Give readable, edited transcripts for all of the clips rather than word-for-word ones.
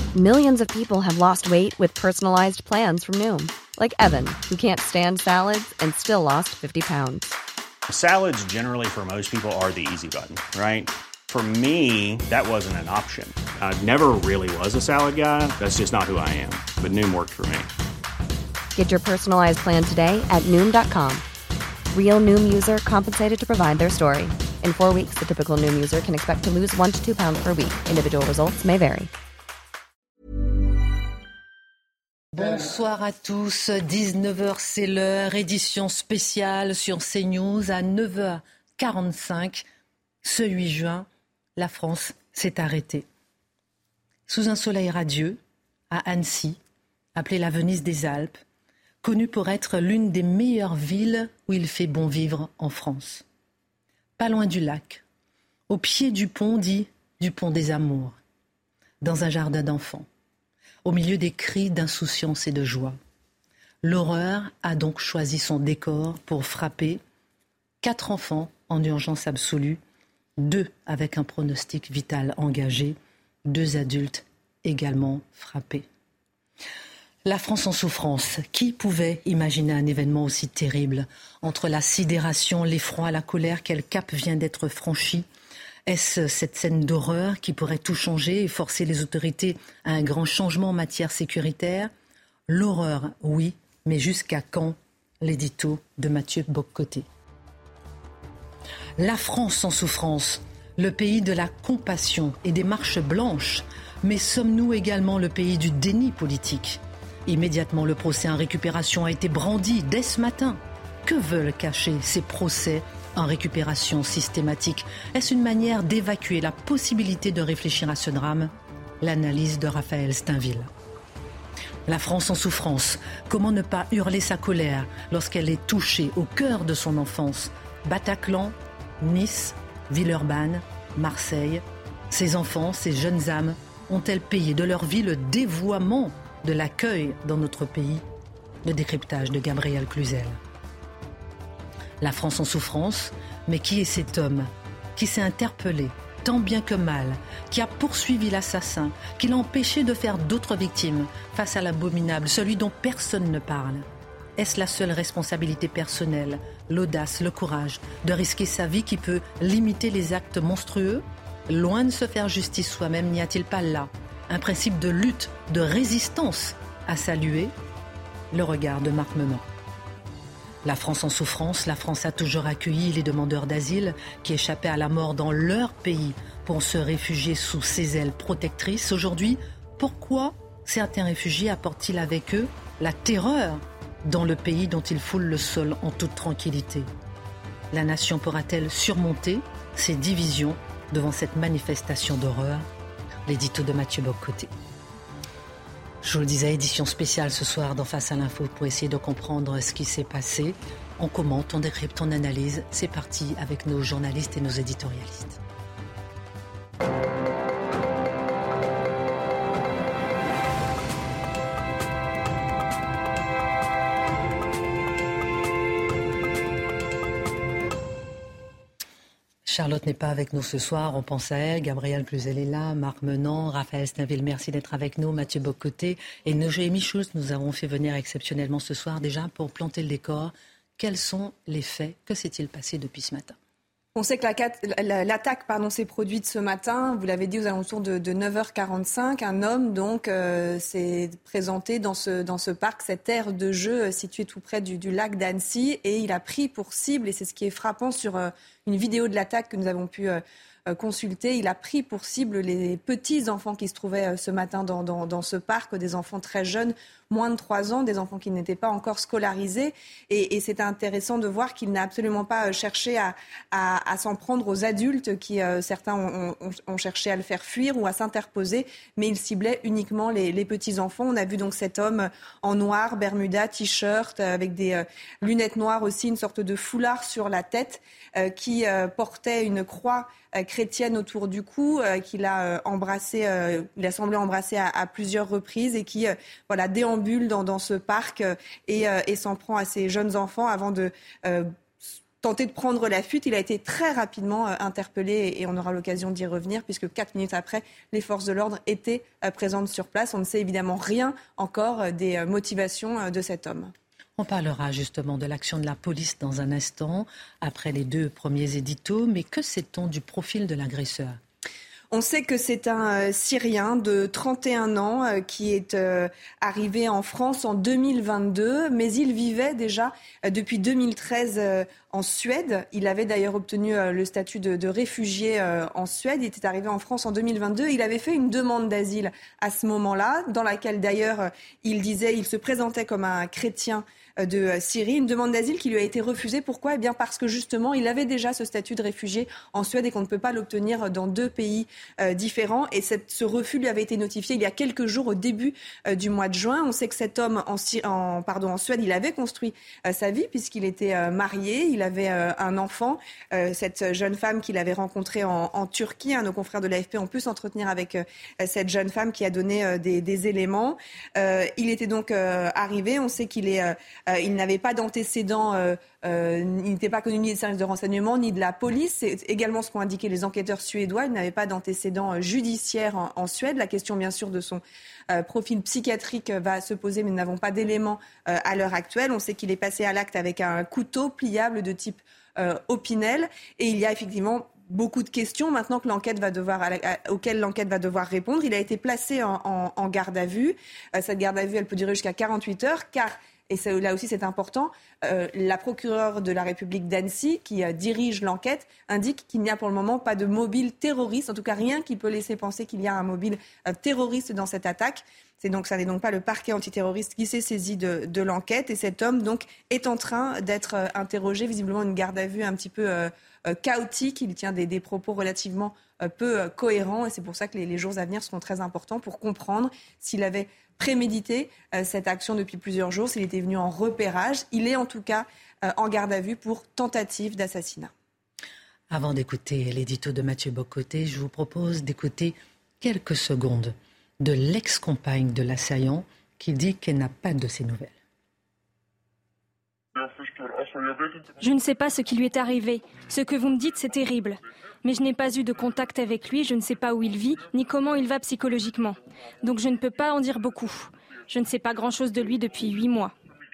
Millions of people have lost weight with personalized plans from Noom. Like Evan, who can't stand salads and still lost 50 pounds. Salads generally for most people are the easy button, right? For me, that wasn't an option. I never really was a salad guy. That's just not who I am. But Noom worked for me. Get your personalized plan today at Noom.com. Real Noom user compensated to provide their story. In 4 weeks, the typical Noom user can expect to lose 1 to 2 pounds per week. Individual results may vary. Bonsoir à tous, 19h c'est l'heure, édition spéciale sur CNews à 9h45. Ce 8 juin, la France s'est arrêtée. Sous un soleil radieux, à Annecy, appelée la Venise des Alpes, connue pour être l'une des meilleures villes où il fait bon vivre en France. Pas loin du lac, au pied du pont dit du pont des Amours, dans un jardin d'enfants. Au milieu des cris d'insouciance et de joie. L'horreur a donc choisi son décor pour frapper 4 enfants en urgence absolue, 2 avec un pronostic vital engagé, 2 adultes également frappés. La France en souffrance. Qui pouvait imaginer un événement aussi terrible ? Entre la sidération, l'effroi, la colère, quel cap vient d'être franchi ? Est-ce cette scène d'horreur qui pourrait tout changer et forcer les autorités à un grand changement en matière sécuritaire ? L'horreur, oui, mais jusqu'à quand ? L'édito de Mathieu Bock-Côté. La France en souffrance, le pays de la compassion et des marches blanches. Mais sommes-nous également le pays du déni politique ? Immédiatement, le procès en récupération a été brandi dès ce matin. Que veulent cacher ces procès en récupération systématique? Est-ce une manière d'évacuer la possibilité de réfléchir à ce drame ? L'analyse de Raphaël Steinville. La France en souffrance. Comment ne pas hurler sa colère lorsqu'elle est touchée au cœur de son enfance ? Bataclan, Nice, Villeurbanne, Marseille. Ces enfants, ces jeunes âmes, ont-elles payé de leur vie le dévoiement de l'accueil dans notre pays ? Le décryptage de Gabriel Cluzel. La France en souffrance, mais qui est cet homme qui s'est interpellé, tant bien que mal, qui a poursuivi l'assassin, qui l'a empêché de faire d'autres victimes face à l'abominable, celui dont personne ne parle ? Est-ce la seule responsabilité personnelle, l'audace, le courage de risquer sa vie qui peut limiter les actes monstrueux ? Loin de se faire justice soi-même, n'y a-t-il pas là un principe de lutte, de résistance à saluer ? Le regard de Marc Menant. La France en souffrance, la France a toujours accueilli les demandeurs d'asile qui échappaient à la mort dans leur pays pour se réfugier sous ses ailes protectrices. Aujourd'hui, pourquoi certains réfugiés apportent-ils avec eux la terreur dans le pays dont ils foulent le sol en toute tranquillité ? La nation pourra-t-elle surmonter ses divisions devant cette manifestation d'horreur ? L'édito de Mathieu Bock-Côté. Je vous le disais, édition spéciale ce soir dans Face à l'info pour essayer de comprendre ce qui s'est passé. On commente, on décrypte, on analyse. C'est parti avec nos journalistes et nos éditorialistes. Charlotte n'est pas avec nous ce soir, on pense à elle. Gabriel Cluzel est là, Marc Menant, Raphaël Steinville, merci d'être avec nous, Mathieu Bock-Côté et Noémie Schulz. Nous avons fait venir exceptionnellement ce soir déjà pour planter le décor. Quels sont les faits ? Que s'est-il passé depuis ce matin ? On sait que l'attaque s'est produite ce matin, vous l'avez dit, aux alentours de 9h45. Un homme donc s'est présenté dans ce parc, cette aire de jeu située tout près du lac d'Annecy, et il a pris pour cible, et c'est ce qui est frappant sur une vidéo de l'attaque que nous avons pu consulter, il a pris pour cible les petits enfants qui se trouvaient ce matin dans ce parc, des enfants très jeunes, moins de 3 ans, des enfants qui n'étaient pas encore scolarisés. Et c'est intéressant de voir qu'il n'a absolument pas cherché à s'en prendre aux adultes qui, certains ont cherché à le faire fuir ou à s'interposer, mais il ciblait uniquement les petits enfants. On a vu donc cet homme en noir, bermuda, t-shirt, avec des lunettes noires aussi, une sorte de foulard sur la tête, qui portait une croix chrétienne autour du cou, qu'il a embrassé, il a semblé embrasser à plusieurs reprises, et qui déambule dans ce parc et s'en prend à ces jeunes enfants avant de tenté de prendre la fuite. Il a été très rapidement interpellé et on aura l'occasion d'y revenir puisque 4 minutes après, les forces de l'ordre étaient présentes sur place. On ne sait évidemment rien encore des motivations de cet homme. On parlera justement de l'action de la police dans un instant, après les 2 premiers éditos. Mais que sait-on du profil de l'agresseur ? On sait que c'est un Syrien de 31 ans qui est arrivé en France en 2022, mais il vivait déjà depuis 2013 en Suède. Il avait d'ailleurs obtenu le statut de réfugié en Suède. Il était arrivé en France en 2022. Il avait fait une demande d'asile à ce moment-là, dans laquelle d'ailleurs il se présentait comme un chrétien de Syrie, une demande d'asile qui lui a été refusée. Pourquoi ? Eh bien parce que justement, il avait déjà ce statut de réfugié en Suède et qu'on ne peut pas l'obtenir dans 2 pays différents. Et ce refus lui avait été notifié il y a quelques jours, au début du mois de juin. On sait que cet homme en Suède, il avait construit sa vie puisqu'il était marié, il avait un enfant. Cette jeune femme qu'il avait rencontrée en Turquie, nos confrères de l'AFP ont pu s'entretenir avec cette jeune femme qui a donné des éléments. Il était donc arrivé, on sait il n'avait pas d'antécédents, il n'était pas connu ni des services de renseignement ni de la police. C'est également ce qu'ont indiqué les enquêteurs suédois. Il n'avait pas d'antécédents judiciaires en Suède. La question, bien sûr, de son profil psychiatrique va se poser, mais nous n'avons pas d'éléments à l'heure actuelle. On sait qu'il est passé à l'acte avec un couteau pliable de type Opinel. Et il y a effectivement beaucoup de questions maintenant que auxquelles l'enquête va devoir répondre. Il a été placé en garde à vue. Cette garde à vue, elle peut durer jusqu'à 48 heures, car... Et là aussi, c'est important. La procureure de la République d'Annecy, qui dirige l'enquête, indique qu'il n'y a pour le moment pas de mobile terroriste, en tout cas rien qui peut laisser penser qu'il y a un mobile terroriste dans cette attaque. Ça n'est donc pas le parquet antiterroriste qui s'est saisi de l'enquête. Et cet homme donc est en train d'être interrogé, visiblement une garde à vue un petit peu chaotique. Il tient des propos relativement peu cohérents. Et c'est pour ça que les jours à venir seront très importants pour comprendre s'il avait prémédité cette action depuis plusieurs jours, s'il était venu en repérage. Il est en tout cas en garde à vue pour tentative d'assassinat. Avant d'écouter l'édito de Mathieu Bock-Côté, je vous propose d'écouter quelques secondes de l'ex-compagne de l'assaillant qui dit qu'elle n'a pas de ses nouvelles. Je ne sais pas ce qui lui est arrivé. Ce que vous me dites, c'est terrible. Mais je n'ai pas eu de contact avec lui, je ne sais pas où il vit, ni comment il va psychologiquement. Donc je ne peux pas en dire beaucoup. Je ne sais pas grand-chose de lui depuis 8 mois.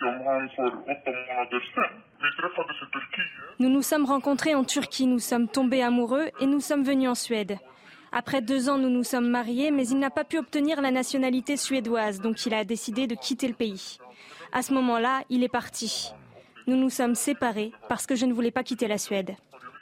Nous nous sommes rencontrés en Turquie, nous sommes tombés amoureux et nous sommes venus en Suède. Après 2 ans, nous nous sommes mariés, mais il n'a pas pu obtenir la nationalité suédoise, donc il a décidé de quitter le pays. À ce moment-là, il est parti. Nous nous sommes séparés parce que je ne voulais pas quitter la Suède.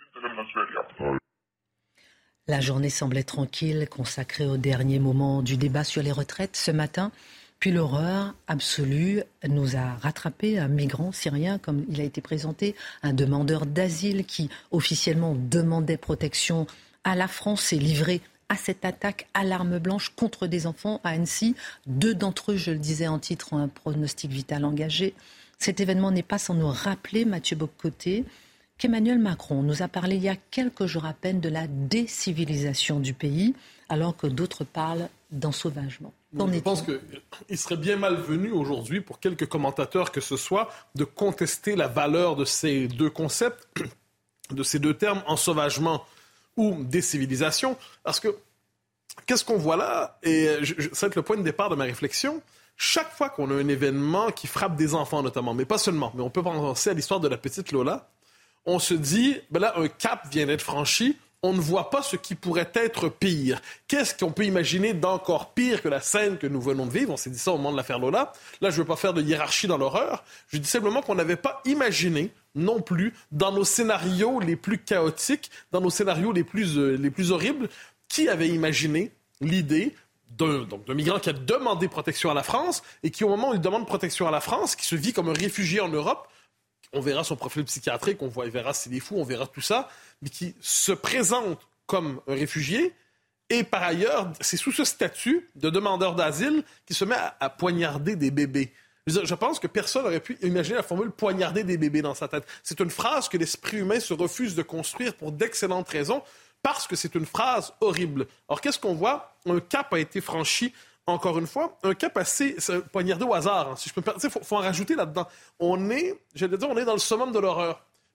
La journée semblait tranquille, consacrée au dernier moment du débat sur les retraites ce matin. Puis l'horreur absolue nous a rattrapé un migrant syrien, comme il a été présenté, un demandeur d'asile qui officiellement demandait protection à la France, s'est livré à cette attaque à l'arme blanche contre des enfants à Annecy. 2 d'entre eux, je le disais en titre, ont un pronostic vital engagé. Cet événement n'est pas sans nous rappeler, Mathieu Bock-Côté, qu'Emmanuel Macron nous a parlé il y a quelques jours à peine de la décivilisation du pays, alors que d'autres parlent d'ensauvagement. Je pense qu'il serait bien malvenu aujourd'hui, pour quelques commentateurs que ce soit, de contester la valeur de ces 2 concepts, de ces 2 termes, ensauvagement ou décivilisation. Parce que, qu'est-ce qu'on voit là? Et ça va être le point de départ de ma réflexion. Chaque fois qu'on a un événement qui frappe des enfants notamment, mais pas seulement, mais on peut penser à l'histoire de la petite Lola, on se dit, là, un cap vient d'être franchi, on ne voit pas ce qui pourrait être pire. Qu'est-ce qu'on peut imaginer d'encore pire que la scène que nous venons de vivre? On s'est dit ça au moment de l'affaire Lola. Là, je ne veux pas faire de hiérarchie dans l'horreur. Je dis simplement qu'on n'avait pas imaginé non plus, dans nos scénarios les plus chaotiques, dans nos scénarios les plus horribles, qui avait imaginé l'idée d'un migrant qui a demandé protection à la France et qui, au moment où il demande protection à la France, qui se vit comme un réfugié en Europe, on verra son profil psychiatrique, on verra s'il est fou, on verra tout ça, mais qui se présente comme un réfugié. Et par ailleurs, c'est sous ce statut de demandeur d'asile qu'il se met à poignarder des bébés. Je pense que personne n'aurait pu imaginer la formule « poignarder des bébés » dans sa tête. C'est une phrase que l'esprit humain se refuse de construire pour d'excellentes raisons, parce que c'est une phrase horrible. Alors, qu'est-ce qu'on voit? Un cap a été franchi, encore une fois, un cap assez poignardé au hasard, si je peux me permettre. Il faut en rajouter là-dedans. On est dans le summum de l'horreur.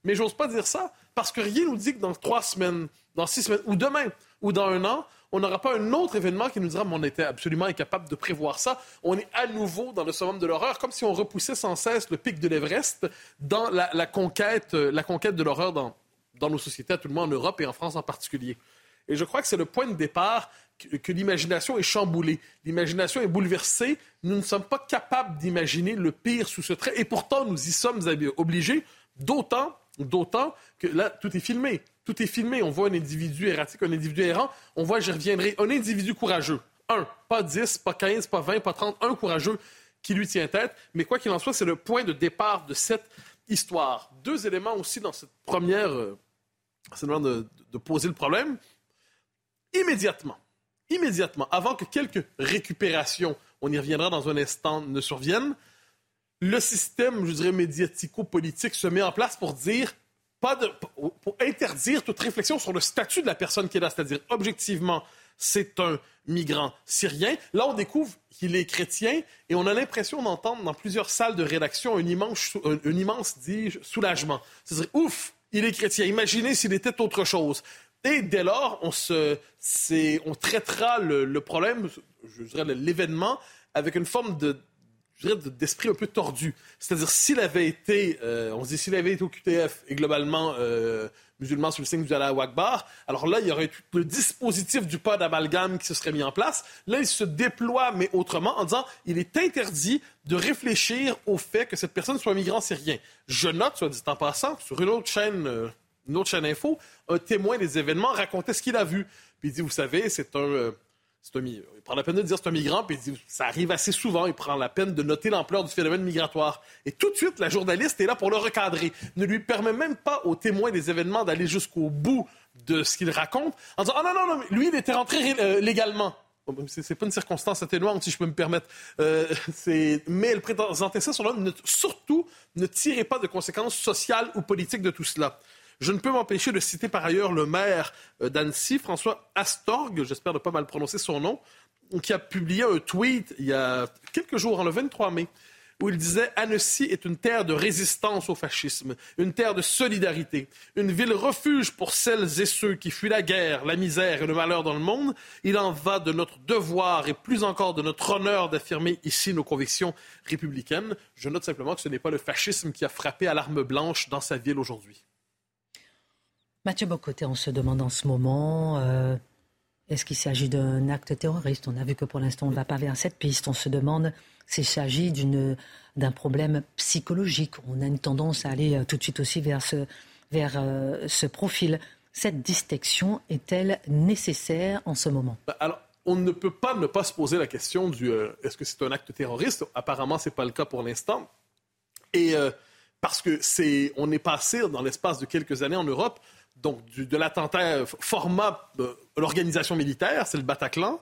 Mais j'ose pas dire ça parce que rien nous dit que dans 3 semaines, dans 6 semaines, ou demain, ou dans 1 an, on n'aura pas un autre événement qui nous dira « mais on était absolument incapable de prévoir ça ». On est à nouveau dans le summum de l'horreur, comme si on repoussait sans cesse le pic de l'Everest dans la conquête de l'horreur dans nos sociétés, à tout le monde en Europe et en France en particulier. Et je crois que c'est le point de départ que l'imagination est chamboulée. L'imagination est bouleversée. Nous ne sommes pas capables d'imaginer le pire sous ce trait. Et pourtant, nous y sommes obligés, d'autant que là, tout est filmé. Tout est filmé. On voit un individu erratique, un individu errant. On voit, j'y reviendrai, un individu courageux. Pas 10, pas 15, pas 20, pas 30. Un courageux qui lui tient tête. Mais quoi qu'il en soit, c'est le point de départ de cette histoire. 2 éléments aussi dans cette première... c'est le moment de poser le problème. Immédiatement, avant que quelques récupérations, on y reviendra dans un instant, ne surviennent, le système, je dirais, médiatico-politique se met en place pour dire, pour interdire toute réflexion sur le statut de la personne qui est là, c'est-à-dire, objectivement, c'est un migrant syrien. Là, on découvre qu'il est chrétien et on a l'impression d'entendre dans plusieurs salles de rédaction un immense, dis-je, soulagement. C'est-à-dire, ouf, il est chrétien, imaginez s'il était autre chose. Et dès lors, on traitera le problème, je dirais l'événement, avec une forme d'esprit un peu tordu. C'est-à-dire, s'il avait été au QTF et globalement musulman sous le signe du Allah Akbar, alors là, il y aurait tout le dispositif du pas d'amalgame qui se serait mis en place. Là, il se déploie, mais autrement, en disant il est interdit de réfléchir au fait que cette personne soit un migrant syrien. Je note, soit dit en passant, sur une autre chaîne info, un témoin des événements racontait ce qu'il a vu. Puis il dit, vous savez, il prend la peine de dire c'est un migrant, puis il dit, ça arrive assez souvent, il prend la peine de noter l'ampleur du phénomène migratoire. Et tout de suite, la journaliste est là pour le recadrer. Ne lui permet même pas au témoin des événements d'aller jusqu'au bout de ce qu'il raconte, en disant, non, lui, il était rentré légalement. C'est pas une circonstance atténuante, si je peux me permettre. Mais elle présentait ça sur l'homme. Surtout, ne tirez pas de conséquences sociales ou politiques de tout cela. Je ne peux m'empêcher de citer par ailleurs le maire d'Annecy, François Astorg, j'espère ne pas mal prononcer son nom, qui a publié un tweet il y a quelques jours, le 23 mai, où il disait « Annecy est une terre de résistance au fascisme, une terre de solidarité, une ville refuge pour celles et ceux qui fuient la guerre, la misère et le malheur dans le monde. Il en va de notre devoir et plus encore de notre honneur d'affirmer ici nos convictions républicaines. » Je note simplement que ce n'est pas le fascisme qui a frappé à l'arme blanche dans sa ville aujourd'hui. Mathieu Bock-Côté, on se demande en ce moment, est-ce qu'il s'agit d'un acte terroriste ? On a vu que pour l'instant, on ne va pas vers cette piste. On se demande s'il s'agit d'un problème psychologique. On a une tendance à aller tout de suite aussi vers ce profil. Cette distinction est-elle nécessaire en ce moment ? Alors, on ne peut pas ne pas se poser la question est-ce que c'est un acte terroriste ? Apparemment, ce n'est pas le cas pour l'instant. Et parce que on est passé dans l'espace de quelques années en Europe donc de l'attentat format l'organisation militaire, c'est le Bataclan,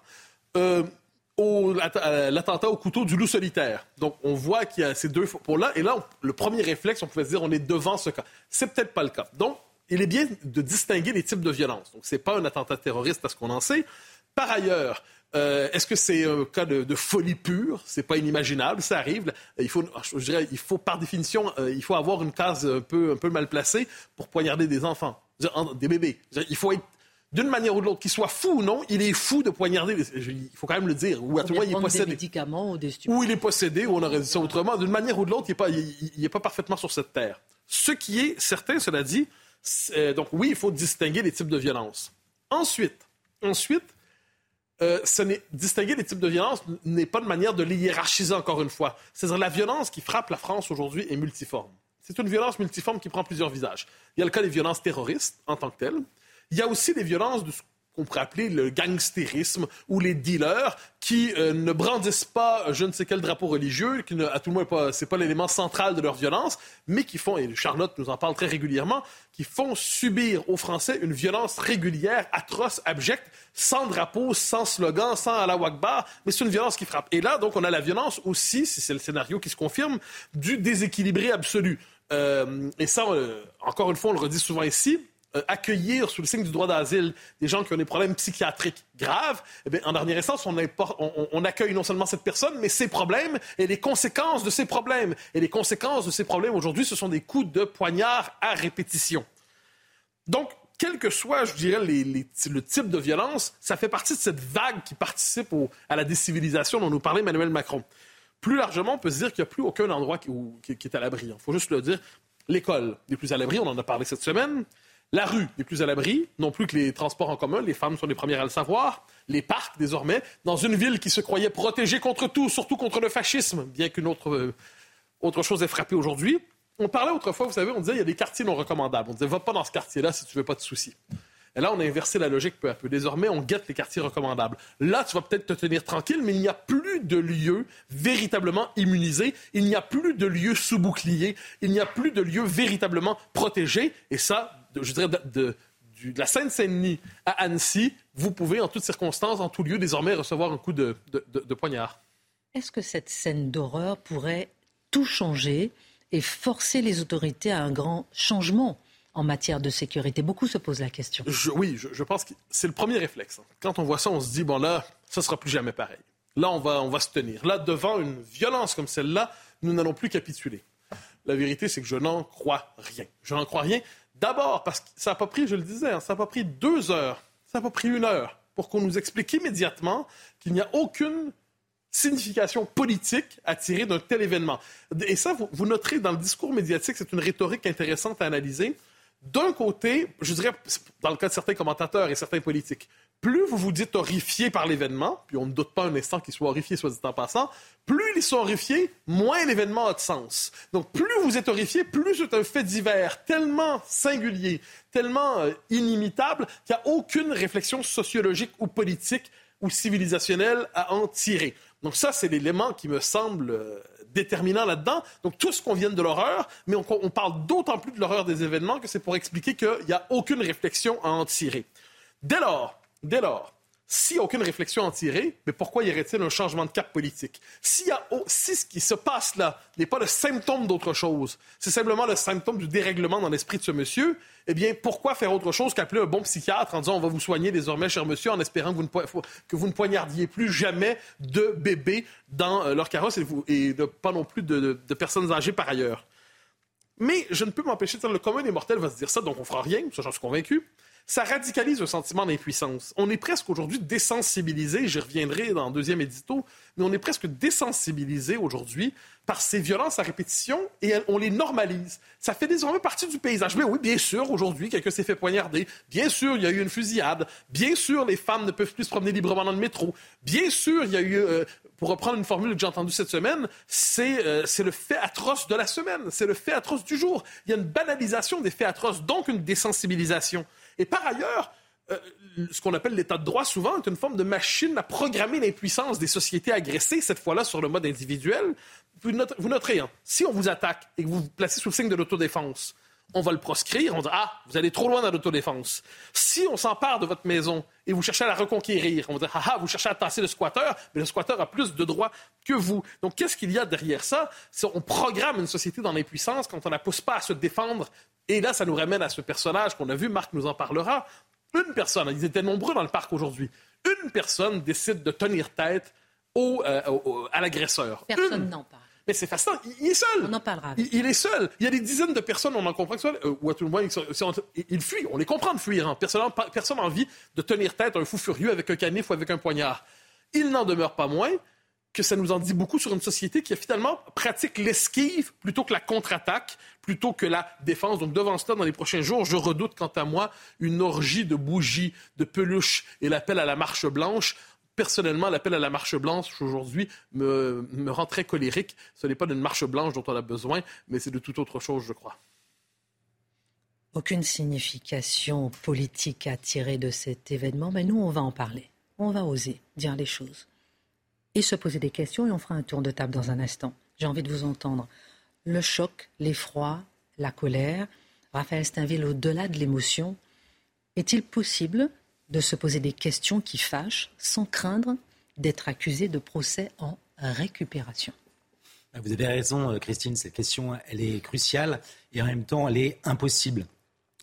l'attentat au couteau du loup solitaire. Donc on voit qu'il y a ces deux pour-là, et là, le premier réflexe, on pouvait se dire on est devant ce cas. C'est peut-être pas le cas. Donc, il est bien de distinguer les types de violences. Donc, c'est pas un attentat terroriste à ce qu'on en sait. Par ailleurs, est-ce que c'est un cas de folie pure? C'est pas inimaginable, ça arrive. Il faut par définition, il faut avoir une case un peu mal placée pour poignarder des enfants, des bébés. Il faut être, d'une manière ou de l'autre, qu'il soit fou ou non, il est fou de poignarder. Il faut quand même le dire. Ou à tout moment, il est possédé. Des médicaments ou des stupéfiants. Ou il est possédé, ou on aurait dit ça autrement. D'une manière ou de l'autre, il n'est pas parfaitement sur cette terre. Ce qui est certain, cela dit, donc oui, il faut distinguer les types de violence. Ensuite, distinguer les types de violence n'est pas une manière de les hiérarchiser encore une fois. C'est-à-dire la violence qui frappe la France aujourd'hui est multiforme. C'est une violence multiforme qui prend plusieurs visages. Il y a le cas des violences terroristes en tant que telles. Il y a aussi des violences de ce qu'on pourrait appeler le gangstérisme ou les dealers qui ne brandissent pas je ne sais quel drapeau religieux, qui à tout le moins c'est pas l'élément central de leur violence, mais qui font, et Charlotte nous en parle très régulièrement, qui font subir aux Français une violence régulière, atroce, abjecte, sans drapeau, sans slogan, sans Allah Akbar, mais c'est une violence qui frappe. Et là, donc, on a la violence aussi, si c'est le scénario qui se confirme, du déséquilibré absolu. Et ça, encore une fois, on le redit souvent ici, accueillir sous le signe du droit d'asile des gens qui ont des problèmes psychiatriques graves, eh bien, en dernière instance, on accueille non seulement cette personne, mais ses problèmes et les conséquences de ces problèmes. Et les conséquences de ces problèmes aujourd'hui, ce sont des coups de poignard à répétition. Donc, quel que soit, je dirais, le type de violence, ça fait partie de cette vague qui participe à la décivilisation dont nous parlait Emmanuel Macron. Plus largement, on peut se dire qu'il n'y a plus aucun endroit qui est à l'abri. Il faut juste le dire. L'école n'est plus à l'abri, on en a parlé cette semaine. La rue n'est plus à l'abri, non plus que les transports en commun. Les femmes sont les premières à le savoir. Les parcs, désormais, dans une ville qui se croyait protégée contre tout, surtout contre le fascisme, bien qu'une autre chose ait frappé aujourd'hui. On parlait autrefois, vous savez, on disait il y a des quartiers non recommandables. On disait va pas dans ce quartier-là si tu veux pas de soucis. Et là, on a inversé la logique peu à peu. Désormais, on guette les quartiers recommandables. Là, tu vas peut-être te tenir tranquille, mais il n'y a plus de lieux véritablement immunisés. Il n'y a plus de lieux sous bouclier. Il n'y a plus de lieux véritablement protégés. Et ça, je dirais, de la Seine-Saint-Denis à Annecy, vous pouvez, en toutes circonstances, en tout lieu, désormais, recevoir un coup de poignard. Est-ce que cette scène d'horreur pourrait tout changer et forcer les autorités à un grand changement en matière de sécurité? Beaucoup se posent la question. Je pense que c'est le premier réflexe. Quand on voit ça, on se dit, bon là, ça ne sera plus jamais pareil. Là, on va se tenir. Là, devant une violence comme celle-là, nous n'allons plus capituler. La vérité, c'est que je n'en crois rien. Je n'en crois rien. D'abord, parce que ça n'a pas pris, je le disais, ça n'a pas pris 2 heures, ça n'a pas pris 1 heure pour qu'on nous explique immédiatement qu'il n'y a aucune signification politique à tirer d'un tel événement. Et ça, vous noterez dans le discours médiatique, c'est une rhétorique intéressante à analyser. D'un côté, je dirais, dans le cas de certains commentateurs et certains politiques, plus vous vous dites horrifiés par l'événement, puis on ne doute pas un instant qu'ils soient horrifiés, soit dit en passant, plus ils sont horrifiés, moins l'événement a de sens. Donc, plus vous êtes horrifiés, plus c'est un fait divers tellement singulier, tellement inimitable, qu'il n'y a aucune réflexion sociologique ou politique ou civilisationnelle à en tirer. Donc ça, c'est l'élément qui me semble déterminant là-dedans. Donc tout ce qu'on vient de l'horreur, mais on parle d'autant plus de l'horreur des événements que c'est pour expliquer qu'il n'y a aucune réflexion à en tirer. Dès lors, s'il n'y a aucune réflexion à en tirer, mais pourquoi y aurait-il un changement de cap politique? Si ce qui se passe là n'est pas le symptôme d'autre chose, c'est simplement le symptôme du dérèglement dans l'esprit de ce monsieur, eh bien, pourquoi faire autre chose qu'appeler un bon psychiatre en disant « on va vous soigner désormais, cher monsieur, en espérant que vous ne poignardiez plus jamais de bébés dans leur carrosse et pas non plus de personnes âgées par ailleurs ». Mais je ne peux m'empêcher de dire, le commun des mortels va se dire ça, donc on ne fera rien, ça j'en suis convaincu. Ça radicalise un sentiment d'impuissance. On est presque aujourd'hui désensibilisé, j'y reviendrai dans le deuxième édito, mais on est presque désensibilisé aujourd'hui par ces violences à répétition et on les normalise. Ça fait désormais partie du paysage. Mais oui, bien sûr, aujourd'hui, quelqu'un s'est fait poignarder. Bien sûr, il y a eu une fusillade. Bien sûr, les femmes ne peuvent plus se promener librement dans le métro. Bien sûr, il y a eu, pour reprendre une formule que j'ai entendue cette semaine, c'est le fait atroce de la semaine. C'est le fait atroce du jour. Il y a une banalisation des faits atroces, donc une désensibilisation. Et par ailleurs, ce qu'on appelle l'état de droit, souvent, est une forme de machine à programmer l'impuissance des sociétés agressées, cette fois-là sur le mode individuel. Vous noterez, si on vous attaque et que vous vous placez sous le signe de l'autodéfense, on va le proscrire, on dit « Ah, vous allez trop loin dans l'autodéfense ». Si on s'empare de votre maison et vous cherchez à la reconquérir, on va dire « Ah, vous cherchez à tasser le squatteur », mais le squatteur a plus de droits que vous. Donc, qu'est-ce qu'il y a derrière ça? On programme une société dans l'impuissance quand on ne la pousse pas à se défendre. Et là, ça nous ramène à ce personnage qu'on a vu, Marc nous en parlera. Une personne, ils étaient nombreux dans le parc aujourd'hui, une personne décide de tenir tête à l'agresseur. Personne n'en parle. Mais c'est fascinant, il est seul. On en parlera. Il est seul. Il y a des dizaines de personnes, on en comprend que ça, ou à tout le moins, ils fuient. On les comprend de fuir. Personne n'a envie de tenir tête à un fou furieux avec un canif ou avec un poignard. Il n'en demeure pas moins que ça nous en dit beaucoup sur une société qui finalement pratique l'esquive plutôt que la contre-attaque, plutôt que la défense. Donc devant cela, dans les prochains jours, je redoute quant à moi une orgie de bougies, de peluches et l'appel à la marche blanche. Personnellement, l'appel à la marche blanche aujourd'hui me rend très colérique. Ce n'est pas d'une marche blanche dont on a besoin, mais c'est de toute autre chose, je crois. Aucune signification politique à tirer de cet événement, mais nous, on va en parler. On va oser dire les choses et se poser des questions, et on fera un tour de table dans un instant. J'ai envie de vous entendre. Le choc, l'effroi, la colère. Raphaël Steinville, au-delà de l'émotion, est-il possible de se poser des questions qui fâchent sans craindre d'être accusé de procès en récupération? Vous avez raison, Christine, cette question, elle est cruciale et en même temps, elle est impossible.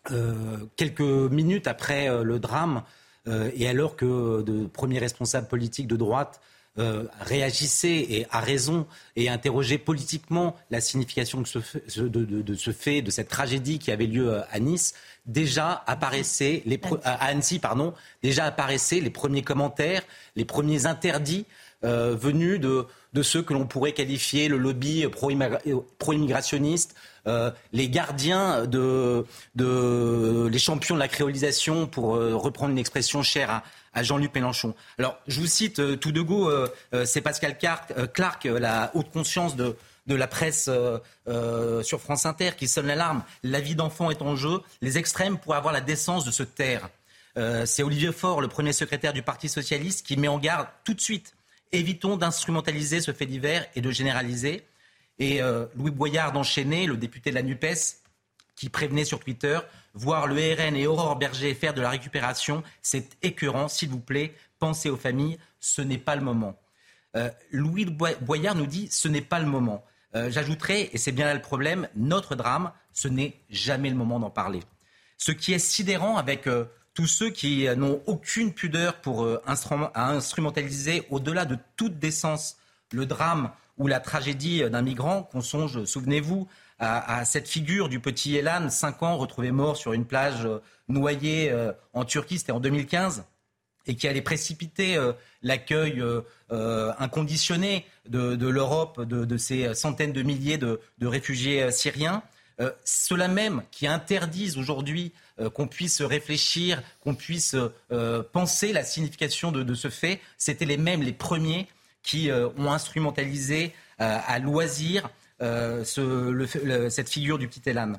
quelques minutes après le drame, et alors que de premiers responsables politiques de droite réagissaient, et à raison, et interrogeaient politiquement la signification de ce fait, de cette tragédie qui avait lieu à Nice, déjà apparaissaient à Annecy, déjà apparaissaient les premiers commentaires, les premiers interdits venus de ceux que l'on pourrait qualifier le lobby pro-immigrationniste, les gardiens les champions de la créolisation, pour reprendre une expression chère à Jean-Luc Mélenchon. Alors, je vous cite tout de go, c'est Pascal Clark, la haute conscience de la presse sur France Inter, qui sonne l'alarme. La vie d'enfant est en jeu. Les extrêmes pourraient avoir la décence de se taire. C'est Olivier Faure, le premier secrétaire du Parti socialiste, qui met en garde tout de suite. Évitons d'instrumentaliser ce fait divers et de généraliser. Et Louis Boyard d'enchaîner, le député de la NUPES, qui prévenait sur Twitter, voir le RN et Aurore Berger faire de la récupération, c'est écœurant. S'il vous plaît, pensez aux familles, ce n'est pas le moment. Louis Boyard nous dit, ce n'est pas le moment. J'ajouterai, et c'est bien là le problème, notre drame, ce n'est jamais le moment d'en parler. Ce qui est sidérant avec tous ceux qui n'ont aucune pudeur pour instrumentaliser au-delà de toute décence le drame ou la tragédie d'un migrant, qu'on songe, souvenez-vous, à cette figure du petit Elan, 5 ans, retrouvé mort sur une plage noyée en Turquie, c'était en 2015, et qui allait précipiter l'accueil inconditionné de l'Europe, de ces centaines de milliers de réfugiés syriens. Ceux-là même qui interdisent aujourd'hui qu'on puisse réfléchir, qu'on puisse penser la signification de ce fait, c'était les premiers qui ont instrumentalisé à loisir cette figure du petit Elan.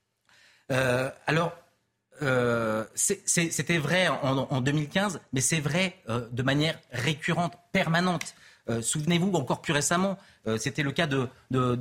C'était vrai en 2015, mais c'est vrai de manière récurrente, permanente. Souvenez-vous, encore plus récemment, c'était le cas de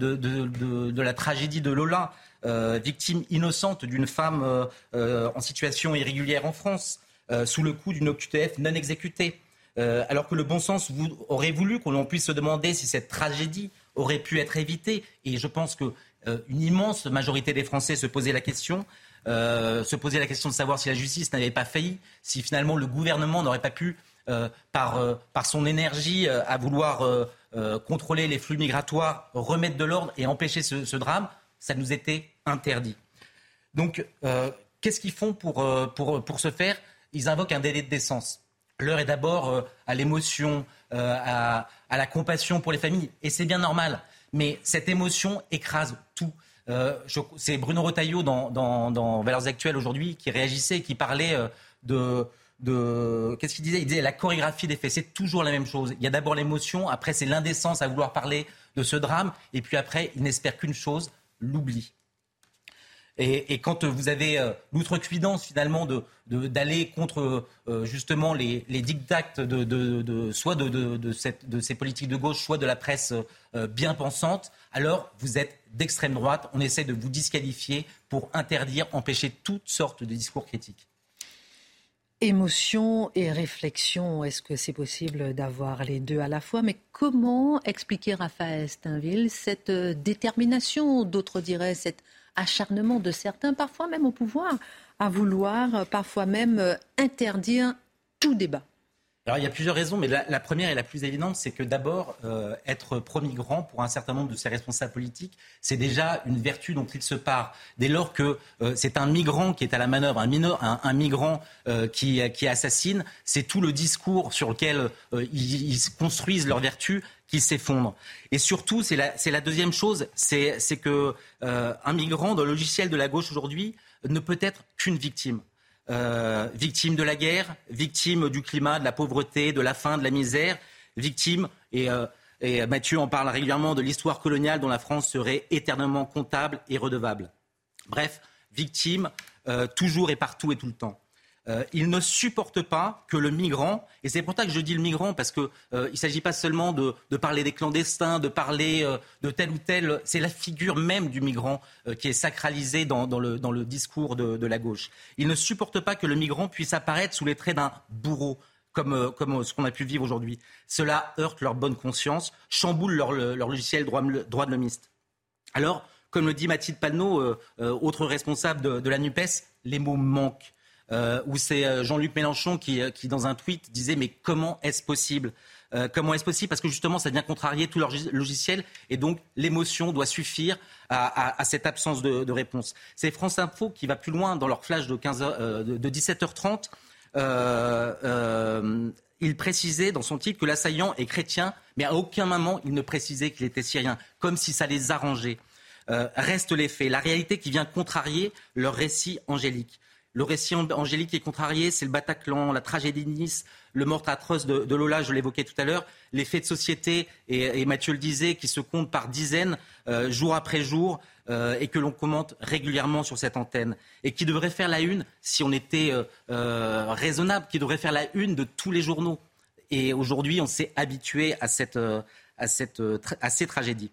la tragédie de Lola, victime innocente d'une femme en situation irrégulière en France, sous le coup d'une OQTF non exécutée. Alors que le bon sens aurait voulu qu'on puisse se demander si cette tragédie aurait pu être évitée. Et je pense qu'une immense majorité des Français se posait la question de savoir si la justice n'avait pas failli, si finalement le gouvernement n'aurait pas pu, par son énergie à vouloir contrôler les flux migratoires, remettre de l'ordre et empêcher ce drame. Ça nous était interdit. Donc, qu'est-ce qu'ils font pour ce faire ? Ils invoquent un délai de décence. L'heure est d'abord à l'émotion, à la compassion pour les familles. Et c'est bien normal. Mais cette émotion écrase tout. C'est Bruno Retailleau dans Valeurs Actuelles aujourd'hui qui réagissait et qui parlait qu'est-ce qu'il disait ? Il disait la chorégraphie des faits. C'est toujours la même chose. Il y a d'abord l'émotion, après c'est l'indécence à vouloir parler de ce drame, et puis après, il n'espère qu'une chose, l'oubli. Et quand vous avez l'outrecuidance finalement d'aller contre justement les diktats soit de ces politiques de gauche, soit de la presse bien pensante, alors vous êtes d'extrême droite. On essaie de vous disqualifier pour interdire, empêcher toutes sortes de discours critiques. Émotion et réflexion, est-ce que c'est possible d'avoir les deux à la fois ? Mais comment expliquer, Raphaël Steinville, cette détermination, d'autres diraient cet acharnement de certains, parfois même au pouvoir, à vouloir parfois même interdire tout débat ? Alors il y a plusieurs raisons, mais la première et la plus évidente, c'est que d'abord, être pro-migrant pour un certain nombre de ses responsables politiques, c'est déjà une vertu dont il se part. Dès lors que c'est un migrant qui est à la manœuvre, un migrant qui assassine, c'est tout le discours sur lequel ils construisent leur vertu qui s'effondre. Et surtout, c'est la deuxième chose, c'est que un migrant dans le logiciel de la gauche aujourd'hui ne peut être qu'une victime. Victime de la guerre, victime du climat, de la pauvreté, de la faim, de la misère, victime, et Mathieu en parle régulièrement, de l'histoire coloniale dont la France serait éternellement comptable et redevable. Bref, victime toujours et partout et tout le temps. Il ne supporte pas que le migrant, et c'est pour ça que je dis le migrant, parce qu'il ne s'agit pas seulement de parler des clandestins, de parler de tel ou tel, c'est la figure même du migrant qui est sacralisée dans le discours de la gauche. Il ne supporte pas que le migrant puisse apparaître sous les traits d'un bourreau, comme ce qu'on a pu vivre aujourd'hui. Cela heurte leur bonne conscience, chamboule leur logiciel droit de l'homiste. Alors, comme le dit Mathilde Panot, autre responsable de la NUPES, les mots manquent. Où c'est Jean-Luc Mélenchon qui, dans un tweet, disait « Mais comment est-ce possible ?» Comment est-ce possible ? Parce que justement, ça vient contrarier tout leur logiciel et donc l'émotion doit suffire à cette absence de réponse. C'est France Info qui va plus loin dans leur flash de 17h30. Il précisait dans son titre que l'assaillant est chrétien, mais à aucun moment il ne précisait qu'il était syrien, comme si ça les arrangeait. Restent les faits, la réalité qui vient contrarier leur récit angélique. Le récit angélique qui est contrarié, c'est le Bataclan, la tragédie de Nice, le meurtre atroce de Lola, je l'évoquais tout à l'heure, les faits de société, et Mathieu le disait, qui se comptent par dizaines, jour après jour, et que l'on commente régulièrement sur cette antenne. Et qui devrait faire la une, si on était raisonnable, qui devrait faire la une de tous les journaux. Et aujourd'hui, on s'est habitué à ces tragédies.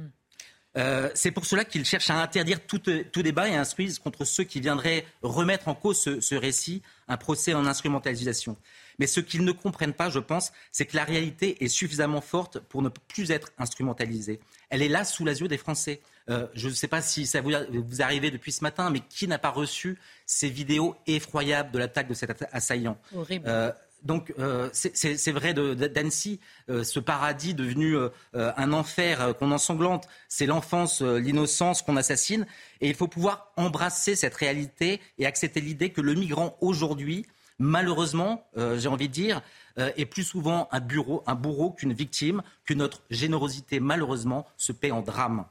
C'est pour cela qu'ils cherchent à interdire tout débat et instruisent contre ceux qui viendraient remettre en cause ce récit, un procès en instrumentalisation. Mais ce qu'ils ne comprennent pas, je pense, c'est que la réalité est suffisamment forte pour ne plus être instrumentalisée. Elle est là sous les yeux des Français. Je ne sais pas si ça vous arrivez depuis ce matin, mais qui n'a pas reçu ces vidéos effroyables de l'attaque de cet assaillant ? Horrible. Donc c'est vrai d'Annecy, ce paradis devenu un enfer qu'on ensanglante. C'est l'enfance, l'innocence qu'on assassine. Et il faut pouvoir embrasser cette réalité et accepter l'idée que le migrant aujourd'hui, malheureusement, j'ai envie de dire, est plus souvent un bourreau qu'une victime, que notre générosité, malheureusement, se paie en drame.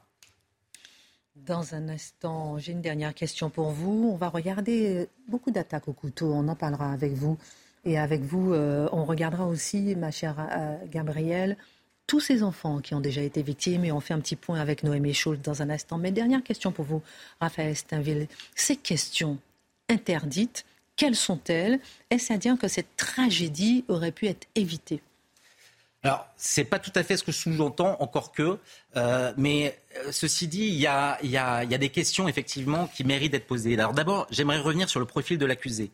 Dans un instant, j'ai une dernière question pour vous. On va regarder beaucoup d'attaques au couteau. On en parlera avec vous. Et avec vous, on regardera aussi, ma chère Gabrielle, tous ces enfants qui ont déjà été victimes. Et on fait un petit point avec Noémie Schulz dans un instant. Mais dernière question pour vous, Raphaël Steinville. Ces questions interdites, quelles sont-elles ? Est-ce à dire que cette tragédie aurait pu être évitée ? Alors, c'est pas tout à fait ce que je sous-entends, encore que. Mais ceci dit, il y a des questions, effectivement, qui méritent d'être posées. Alors d'abord, j'aimerais revenir sur le profil de l'accusé.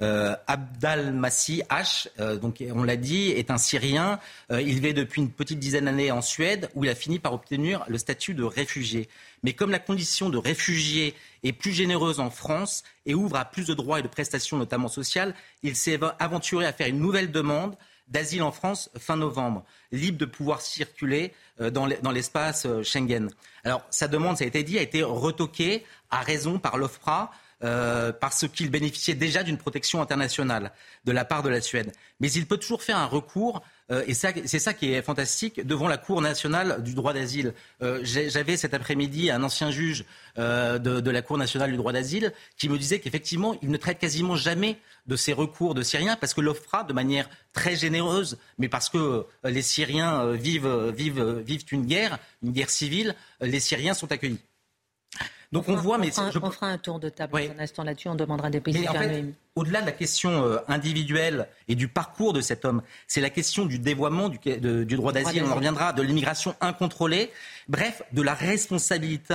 Abdalmasih H, donc on l'a dit, est un Syrien. Il vit depuis une petite dizaine d'années en Suède, où il a fini par obtenir le statut de réfugié. Mais comme la condition de réfugié est plus généreuse en France et ouvre à plus de droits et de prestations, notamment sociales, il s'est aventuré à faire une nouvelle demande d'asile en France fin novembre, libre de pouvoir circuler dans l'espace Schengen. Alors sa demande, ça a été dit, a été retoquée à raison par l'OFPRA, parce qu'il bénéficiait déjà d'une protection internationale de la part de la Suède. Mais il peut toujours faire un recours, et c'est ça qui est fantastique, devant la Cour nationale du droit d'asile. J'avais cet après-midi un ancien juge de la Cour nationale du droit d'asile qui me disait qu'effectivement, il ne traite quasiment jamais de ces recours de Syriens, parce que l'OFPRA, de manière très généreuse, mais parce que les Syriens vivent une guerre civile, les Syriens sont accueillis. Donc on fera un tour de table dans un instant là-dessus, on demandera des précisions. En fait, au-delà de la question individuelle et du parcours de cet homme, c'est la question du dévoiement du droit d'asile, on en reviendra, de l'immigration incontrôlée, bref, de la responsabilité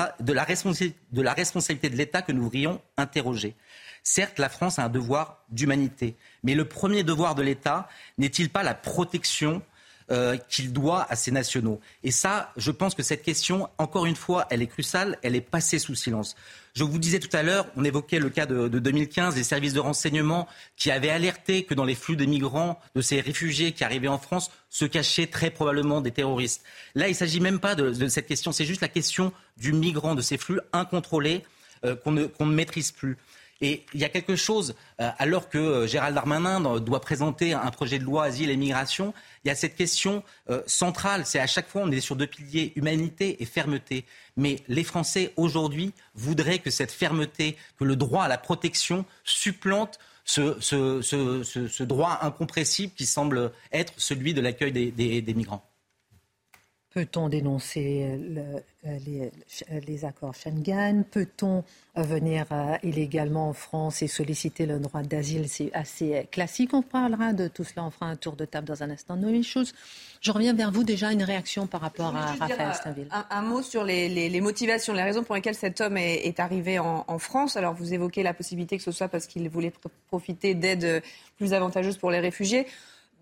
de l'État que nous voudrions interroger. Certes, la France a un devoir d'humanité, mais le premier devoir de l'État n'est-il pas la protection qu'il doit à ses nationaux. Et ça, je pense que cette question, encore une fois, elle est cruciale, elle est passée sous silence. Je vous disais tout à l'heure, on évoquait le cas de 2015, les services de renseignement qui avaient alerté que dans les flux des migrants, de ces réfugiés qui arrivaient en France, se cachaient très probablement des terroristes. Là, il ne s'agit même pas de cette question, c'est juste la question du migrant, de ces flux incontrôlés qu'on ne maîtrise plus. Et il y a quelque chose, alors que Gérald Darmanin doit présenter un projet de loi asile et migration, il y a cette question centrale. C'est à chaque fois, on est sur deux piliers, humanité et fermeté. Mais les Français, aujourd'hui, voudraient que cette fermeté, que le droit à la protection supplante ce droit incompressible qui semble être celui de l'accueil des migrants. Peut-on dénoncer les accords Schengen ? Peut-on venir illégalement en France et solliciter le droit d'asile ? C'est assez classique. On parlera de tout cela. On fera un tour de table dans un instant. Noémie Schulz, je reviens vers vous. Déjà, une réaction par rapport à Raphaël Steinville. Un mot sur les motivations, les raisons pour lesquelles cet homme est arrivé en France. Alors, vous évoquez la possibilité que ce soit parce qu'il voulait profiter d'aides plus avantageuses pour les réfugiés.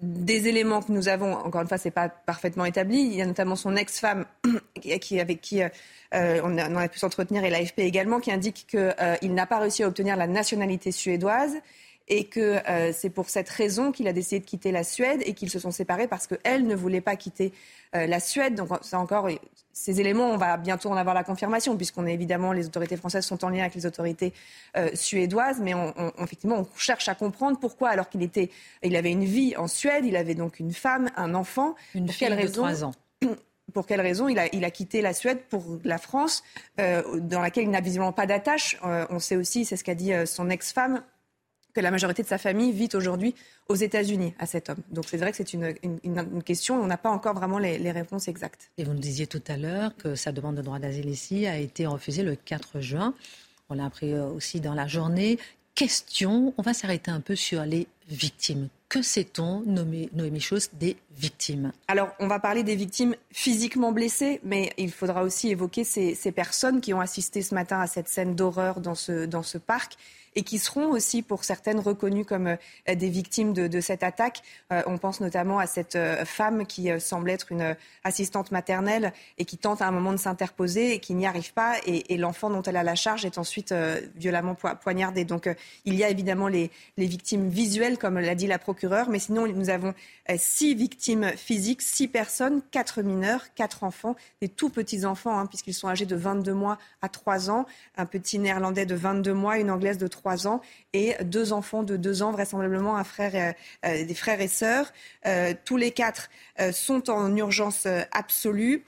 des éléments que nous avons, encore une fois, c'est pas parfaitement établi. Il y a notamment son ex-femme avec qui on a pu s'entretenir, et l'AFP également, qui indique qu'il n'a pas réussi à obtenir la nationalité suédoise et que c'est pour cette raison qu'il a décidé de quitter la Suède et qu'ils se sont séparés parce qu'elle ne voulait pas quitter la Suède. Donc ça encore, ces éléments, on va bientôt en avoir la confirmation, puisqu'on est évidemment, les autorités françaises sont en lien avec les autorités suédoises, mais effectivement, on cherche à comprendre pourquoi, alors il avait une vie en Suède, il avait donc une femme, un enfant. Une fille de 3 ans. Pour quelle raison il a quitté la Suède pour la France, dans laquelle il n'a visiblement pas d'attache. On sait aussi, c'est ce qu'a dit son ex-femme, que la majorité de sa famille vit aujourd'hui aux États-Unis à cet homme. Donc c'est vrai que c'est une question, on n'a pas encore vraiment les réponses exactes. Et vous nous disiez tout à l'heure que sa demande de droit d'asile ici a été refusée le 4 juin. On l'a appris aussi dans la journée. Question, on va s'arrêter un peu sur les victimes. Que sait-on, Noémie Schultz, des victimes ? Alors, on va parler des victimes physiquement blessées, mais il faudra aussi évoquer ces personnes qui ont assisté ce matin à cette scène d'horreur dans ce parc, et qui seront aussi, pour certaines, reconnues comme des victimes de cette attaque. On pense notamment à cette femme qui semble être une assistante maternelle et qui tente à un moment de s'interposer et qui n'y arrive pas. Et l'enfant dont elle a la charge est ensuite violemment poignardé. Donc il y a évidemment les victimes visuelles, comme l'a dit la procureure. Mais sinon, nous avons 6 victimes physiques, 6 personnes, 4 mineurs, 4 enfants, des tout petits enfants, puisqu'ils sont âgés de 22 mois à 3 ans. Un petit néerlandais de 22 mois, une anglaise de 3 ans et 2 enfants de 2 ans, vraisemblablement des frères et sœurs. Tous les 4 sont en urgence absolue.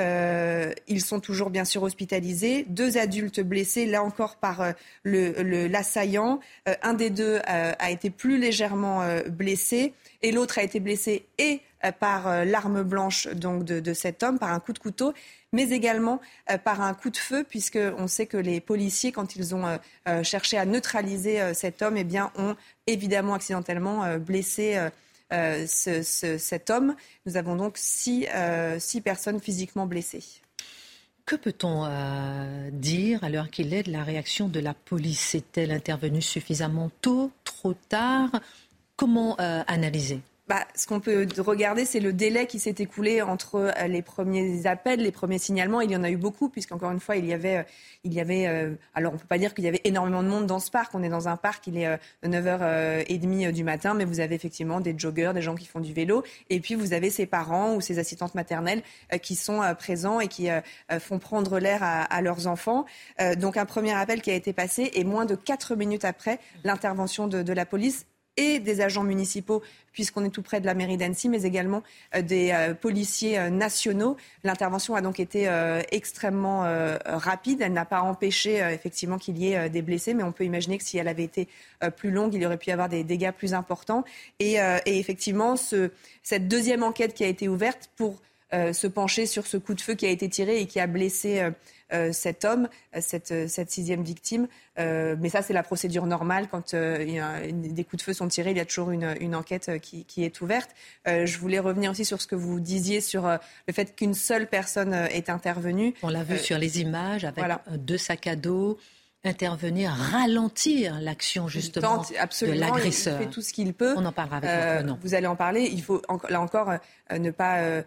Ils sont toujours bien sûr hospitalisés. 2 adultes blessés, là encore par l'assaillant. Un des 2 a été plus légèrement blessé et l'autre a été blessé par l'arme blanche donc de cet homme, par un coup de couteau, mais également par un coup de feu, puisqu'on sait que les policiers, quand ils ont cherché à neutraliser cet homme, ont évidemment accidentellement blessé cet homme. Nous avons donc 6 personnes physiquement blessées. Que peut-on dire à l'heure qu'il est de la réaction de la police ? Est-elle intervenue suffisamment tôt, trop tard ? Comment analyser ? Ce qu'on peut regarder, c'est le délai qui s'est écoulé entre les premiers appels, les premiers signalements. Il y en a eu beaucoup, puisqu'encore une fois, il y avait alors on ne peut pas dire qu'il y avait énormément de monde dans ce parc. On est dans un parc, il est 9h30 du matin, mais vous avez effectivement des joggers, des gens qui font du vélo. Et puis vous avez ses parents ou ses assistantes maternelles qui sont présents et qui font prendre l'air à leurs enfants. Donc un premier appel qui a été passé, et moins de 4 minutes après, l'intervention de la police et des agents municipaux, puisqu'on est tout près de la mairie d'Annecy, mais également des policiers nationaux. L'intervention a donc été extrêmement rapide. Elle n'a pas empêché effectivement qu'il y ait des blessés, mais on peut imaginer que si elle avait été plus longue, il y aurait pu y avoir des dégâts plus importants. Et effectivement, cette deuxième enquête qui a été ouverte pour se pencher sur ce coup de feu qui a été tiré et qui a blessé cet homme, cette 6e victime. Mais ça, c'est la procédure normale. Quand des coups de feu sont tirés, il y a toujours une enquête qui est ouverte. Je voulais revenir aussi sur ce que vous disiez sur le fait qu'une seule personne est intervenue. On l'a vu sur les images avec 2 sacs à dos. Intervenir, ralentir l'action justement de l'agresseur. Il fait tout ce qu'il peut. On en parlera avec vous allez en parler. Il faut là encore ne pas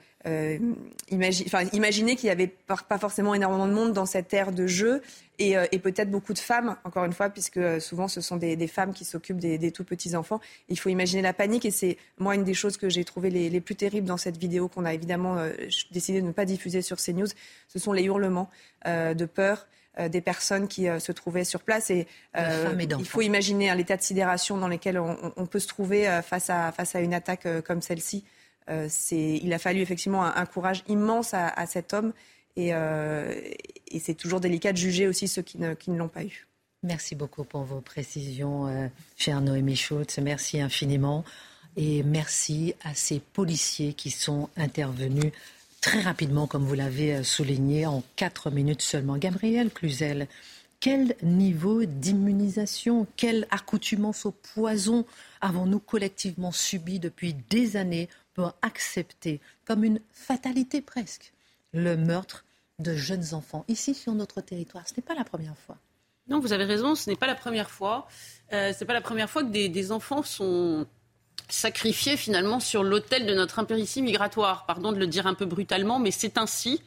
imaginer qu'il n'y avait pas forcément énormément de monde dans cette aire de jeu et peut-être beaucoup de femmes, encore une fois, puisque souvent ce sont des femmes qui s'occupent des tout petits enfants. Il faut imaginer la panique et c'est moi une des choses que j'ai trouvées les plus terribles dans cette vidéo qu'on a évidemment décidé de ne pas diffuser sur CNews. Ce sont les hurlements de peur des personnes qui se trouvaient sur place. Et il faut imaginer l'état de sidération dans lequel on peut se trouver face à une attaque comme celle-ci. Il a fallu effectivement un courage immense à cet homme et c'est toujours délicat de juger aussi ceux qui ne l'ont pas eu. Merci beaucoup pour vos précisions, chère Noémie Schultz. Merci infiniment et merci à ces policiers qui sont intervenus très rapidement, comme vous l'avez souligné, en 4 minutes seulement. Gabriel Cluzel, quel niveau d'immunisation, quelle accoutumance au poison avons-nous collectivement subi depuis des années pour accepter, comme une fatalité presque, le meurtre de jeunes enfants, ici sur notre territoire ? Ce n'est pas la première fois. Non, vous avez raison, ce n'est pas la première fois. Ce n'est pas la première fois que des enfants sont sacrifiés finalement sur l'autel de notre impéritie migratoire. Pardon de le dire un peu brutalement, mais c'est ainsi.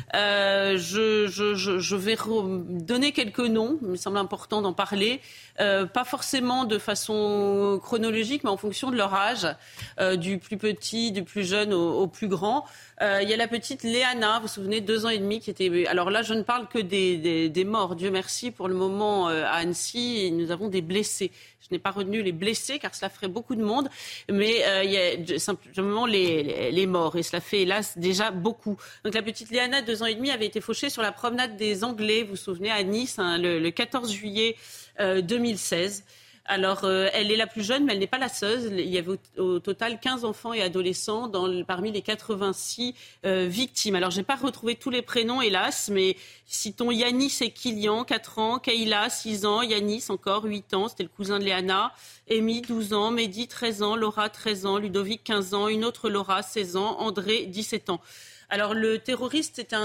Je vais donner quelques noms, il me semble important d'en parler, pas forcément de façon chronologique, mais en fonction de leur âge, du plus petit, du plus jeune au plus grand. Il y a la petite Léana, vous vous souvenez, 2 ans et demi, qui était... Alors là, je ne parle que des morts. Dieu merci, pour le moment, à Annecy, nous avons des blessés. Je n'ai pas retenu les blessés, car cela ferait beaucoup de monde, mais il y a simplement les morts, et cela fait, hélas, déjà beaucoup. Donc la petite Léana, 2 ans et demi, avait été fauchée sur la promenade des Anglais, vous vous souvenez, à Nice, le 14 juillet 2016. Alors, elle est la plus jeune, mais elle n'est pas la seule. Il y avait au total 15 enfants et adolescents parmi les 86 victimes. Alors, je n'ai pas retrouvé tous les prénoms, hélas, mais citons Yanis et Kylian, 4 ans, Kayla, 6 ans, Yanis, encore 8 ans, c'était le cousin de Léana, Amy, 12 ans, Mehdi, 13 ans, Laura, 13 ans, Ludovic, 15 ans, une autre Laura, 16 ans, André, 17 ans. Alors, le terroriste est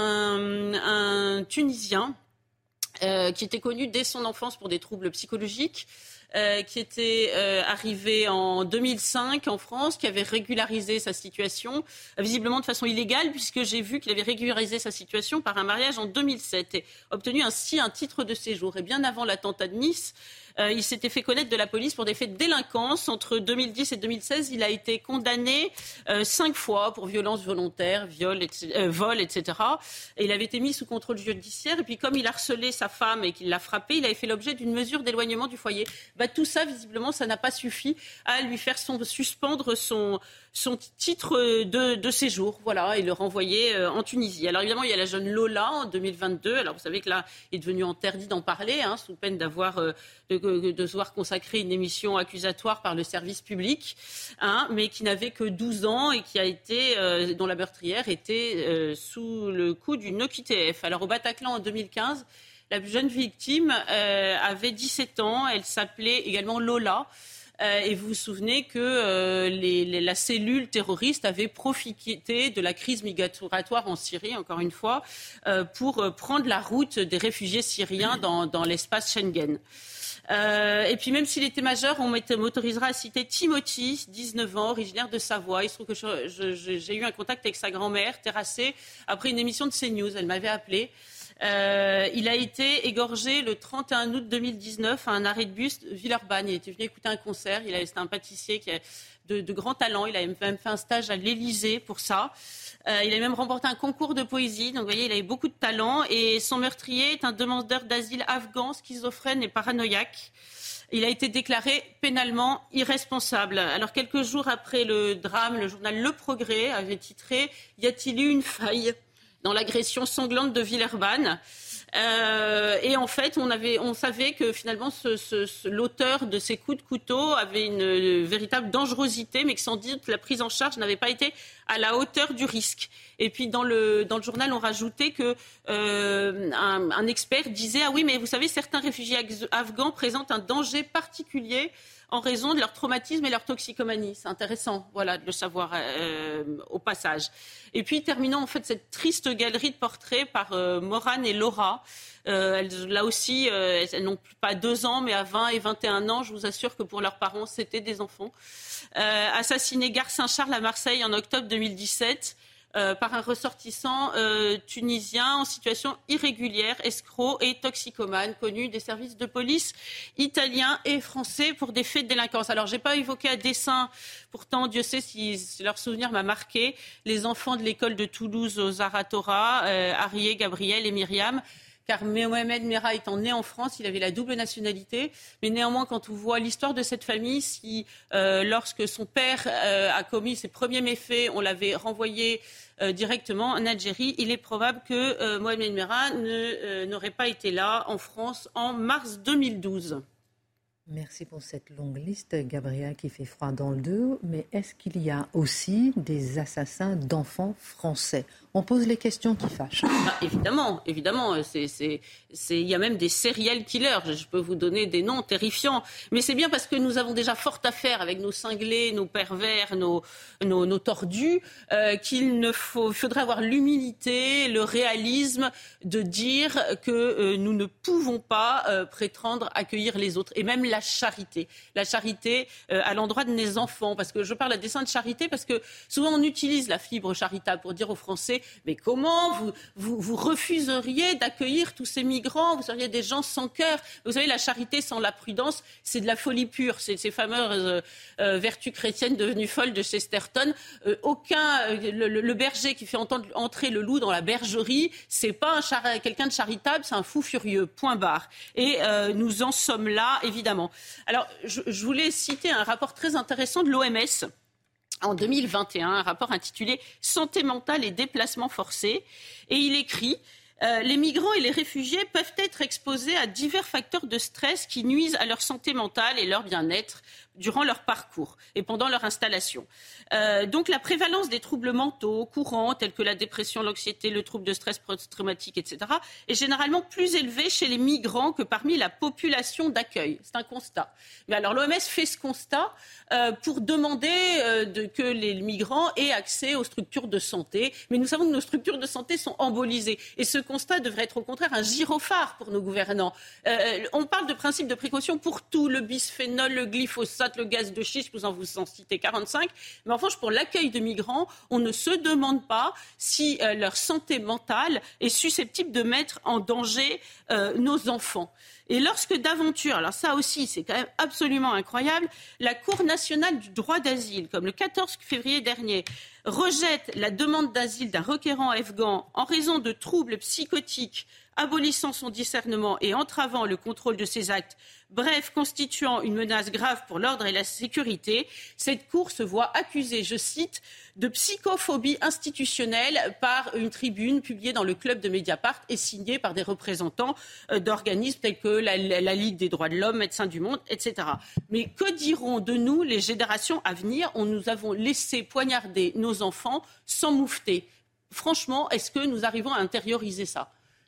un Tunisien qui était connu dès son enfance pour des troubles psychologiques. Qui était arrivé en 2005 en France, qui avait régularisé sa situation, visiblement de façon illégale, puisque j'ai vu qu'il avait régularisé sa situation par un mariage en 2007 et obtenu ainsi un titre de séjour. Et bien avant l'attentat de Nice, il s'était fait connaître de la police pour des faits de délinquance. Entre 2010 et 2016, il a été condamné 5 fois pour violence volontaire, vol, etc. Et il avait été mis sous contrôle judiciaire. Et puis comme il harcelait sa femme et qu'il l'a frappée, il avait fait l'objet d'une mesure d'éloignement du foyer. Tout ça, visiblement, ça n'a pas suffi à lui faire suspendre son titre de séjour, voilà, et le renvoyer en Tunisie. Alors évidemment, il y a la jeune Lola en 2022. Alors vous savez que là, il est devenu interdit d'en parler, sous peine d'avoir de se voir consacrer une émission accusatoire par le service public, mais qui n'avait que 12 ans et qui a été, dont la meurtrière était sous le coup d'une OQTF. Alors au Bataclan en 2015. La plus jeune victime avait 17 ans, elle s'appelait également Lola. Et vous vous souvenez que la cellule terroriste avait profité de la crise migratoire en Syrie, encore une fois, pour prendre la route des réfugiés syriens dans l'espace Schengen. Et puis même s'il était majeur, on m'autorisera à citer Timothy, 19 ans, originaire de Savoie. Il se trouve que j'ai eu un contact avec sa grand-mère, terrassée, après une émission de CNews. Elle m'avait appelé. Il a été égorgé le 31 août 2019 à un arrêt de bus de Villeurbanne. Il était venu écouter un concert. C'était un pâtissier qui a de grand talent. Il a même fait un stage à l'Élysée pour ça. Il a même remporté un concours de poésie. Donc, vous voyez, il avait beaucoup de talent. Et son meurtrier est un demandeur d'asile afghan, schizophrène et paranoïaque. Il a été déclaré pénalement irresponsable. Alors, quelques jours après le drame, le journal Le Progrès avait titré « Y a-t-il eu une faille ?» dans l'agression sanglante de Villeurbanne. Et en fait, on savait que finalement, l'auteur de ces coups de couteau avait une véritable dangerosité, mais que sans doute la prise en charge n'avait pas été à la hauteur du risque. Et puis dans le journal, on rajoutait que un expert disait « Ah oui, mais vous savez, certains réfugiés afghans présentent un danger particulier en raison de leur traumatisme et leur toxicomanie. » C'est intéressant, voilà, de le savoir au passage. Et puis, terminons en fait cette triste galerie de portraits par Morane et Laura. Là aussi, elles n'ont pas 2 ans, mais à 20 et 21 ans, je vous assure que pour leurs parents, c'était des enfants. Assassinés gare Saint-Charles à Marseille en octobre 2017. Par un ressortissant tunisien en situation irrégulière, escroc et toxicomane, connu des services de police italiens et français pour des faits de délinquance. Alors, je n'ai pas évoqué à dessein, pourtant, Dieu sait si leur souvenir m'a marqué, les enfants de l'école de Toulouse aux Zaratora, Arié, Gabriel et Myriam. Car Mohamed Merah étant né en France, il avait la double nationalité. Mais néanmoins, quand on voit l'histoire de cette famille, si lorsque son père a commis ses premiers méfaits, on l'avait renvoyé directement en Algérie, il est probable que Mohamed Merah n'aurait pas été là en France en mars 2012. Merci pour cette longue liste, Gabriel, qui fait froid dans le dos. Mais est-ce qu'il y a aussi des assassins d'enfants français ? On pose les questions qui fâchent. Évidemment. Il y a même des serial killers. Je peux vous donner des noms terrifiants. Mais c'est bien parce que nous avons déjà fort à faire avec nos cinglés, nos pervers, nos tordus, qu'il faudrait avoir l'humilité, le réalisme de dire que nous ne pouvons pas prétendre accueillir les autres. Et même la charité. La charité à l'endroit de nos enfants. Parce que je parle à dessein de charité parce que souvent on utilise la fibre charitable pour dire aux Français mais comment vous refuseriez d'accueillir tous ces migrants? Vous seriez des gens sans cœur. Vous savez, la charité sans la prudence, c'est de la folie pure. C'est ces fameuses vertus chrétiennes devenues folles de Chesterton. Le berger qui fait entrer le loup dans la bergerie, c'est pas quelqu'un de charitable, c'est un fou furieux. Point barre. Et nous en sommes là, évidemment. Alors, je voulais citer un rapport très intéressant de l'OMS. En 2021, un rapport intitulé « Santé mentale et déplacements forcés ». Et il écrit « Les migrants et les réfugiés peuvent être exposés à divers facteurs de stress qui nuisent à leur santé mentale et leur bien-être durant leur parcours et pendant leur installation. Donc la prévalence des troubles mentaux courants tels que la dépression, l'anxiété, le trouble de stress post-traumatique, etc. est généralement plus élevée chez les migrants que parmi la population d'accueil. C'est un constat. Mais alors l'OMS fait ce constat pour demander que les migrants aient accès aux structures de santé. Mais nous savons que nos structures de santé sont embolisées. Et ce constat devrait être au contraire un gyrophare pour nos gouvernants. On parle de principe de précaution pour tout, le bisphénol, le glyphosate, le gaz de schiste, vous en citez 45. Mais en revanche, pour l'accueil de migrants, on ne se demande pas si leur santé mentale est susceptible de mettre en danger nos enfants. Et lorsque d'aventure, alors ça aussi c'est quand même absolument incroyable, la Cour nationale du droit d'asile, comme le 14 février dernier, rejette la demande d'asile d'un requérant afghan en raison de troubles psychotiques, abolissant son discernement et entravant le contrôle de ses actes, bref, constituant une menace grave pour l'ordre et la sécurité, cette Cour se voit accusée, je cite, de psychophobie institutionnelle par une tribune publiée dans le club de Mediapart et signée par des représentants d'organismes tels que la Ligue des droits de l'homme, Médecins du Monde, etc. Mais que diront de nous les générations à venir? Nous avons laissé poignarder nos enfants sans moufter. Franchement, est-ce que nous arrivons à intérioriser ça?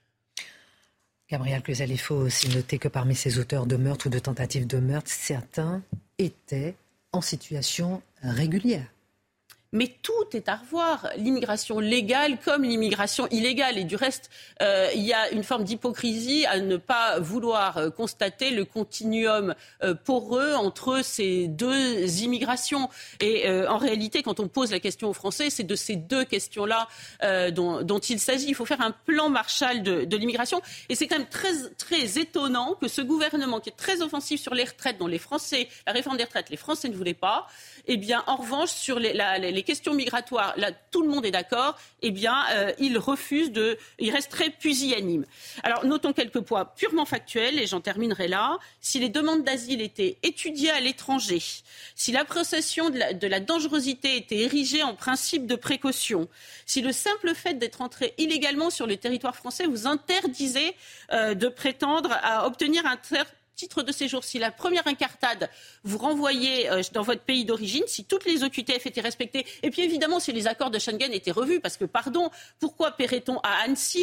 Gabriel Cluzel, il faut aussi noter que parmi ces auteurs de meurtre ou de tentatives de meurtre, certains étaient en situation régulière. Mais tout est à revoir, l'immigration légale comme l'immigration illégale. Et du reste, il y a une forme d'hypocrisie à ne pas vouloir constater le continuum poreux entre ces deux immigrations. Et en réalité, quand on pose la question aux Français, c'est de ces deux questions-là dont il s'agit. Il faut faire un plan Marshall de l'immigration. Et c'est quand même très, très étonnant que ce gouvernement, qui est très offensif sur les retraites, dont la réforme des retraites, les Français ne voulaient pas, eh bien, en revanche, sur les questions migratoires, là, tout le monde est d'accord, eh bien, il reste très pusillanime. Alors, notons quelques points purement factuels, et j'en terminerai là. Si les demandes d'asile étaient étudiées à l'étranger, si l'appréciation de la dangerosité était érigée en principe de précaution, si le simple fait d'être entré illégalement sur le territoire français vous interdisait de prétendre à obtenir un titre de séjour, si la première incartade vous renvoyait dans votre pays d'origine, si toutes les OQTF étaient respectées, et puis évidemment si les accords de Schengen étaient revus, parce que pardon, pourquoi paierait-on à Annecy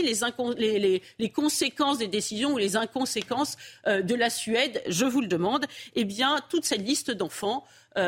les conséquences des décisions ou les inconséquences de la Suède, je vous le demande, eh bien toute cette liste d'enfants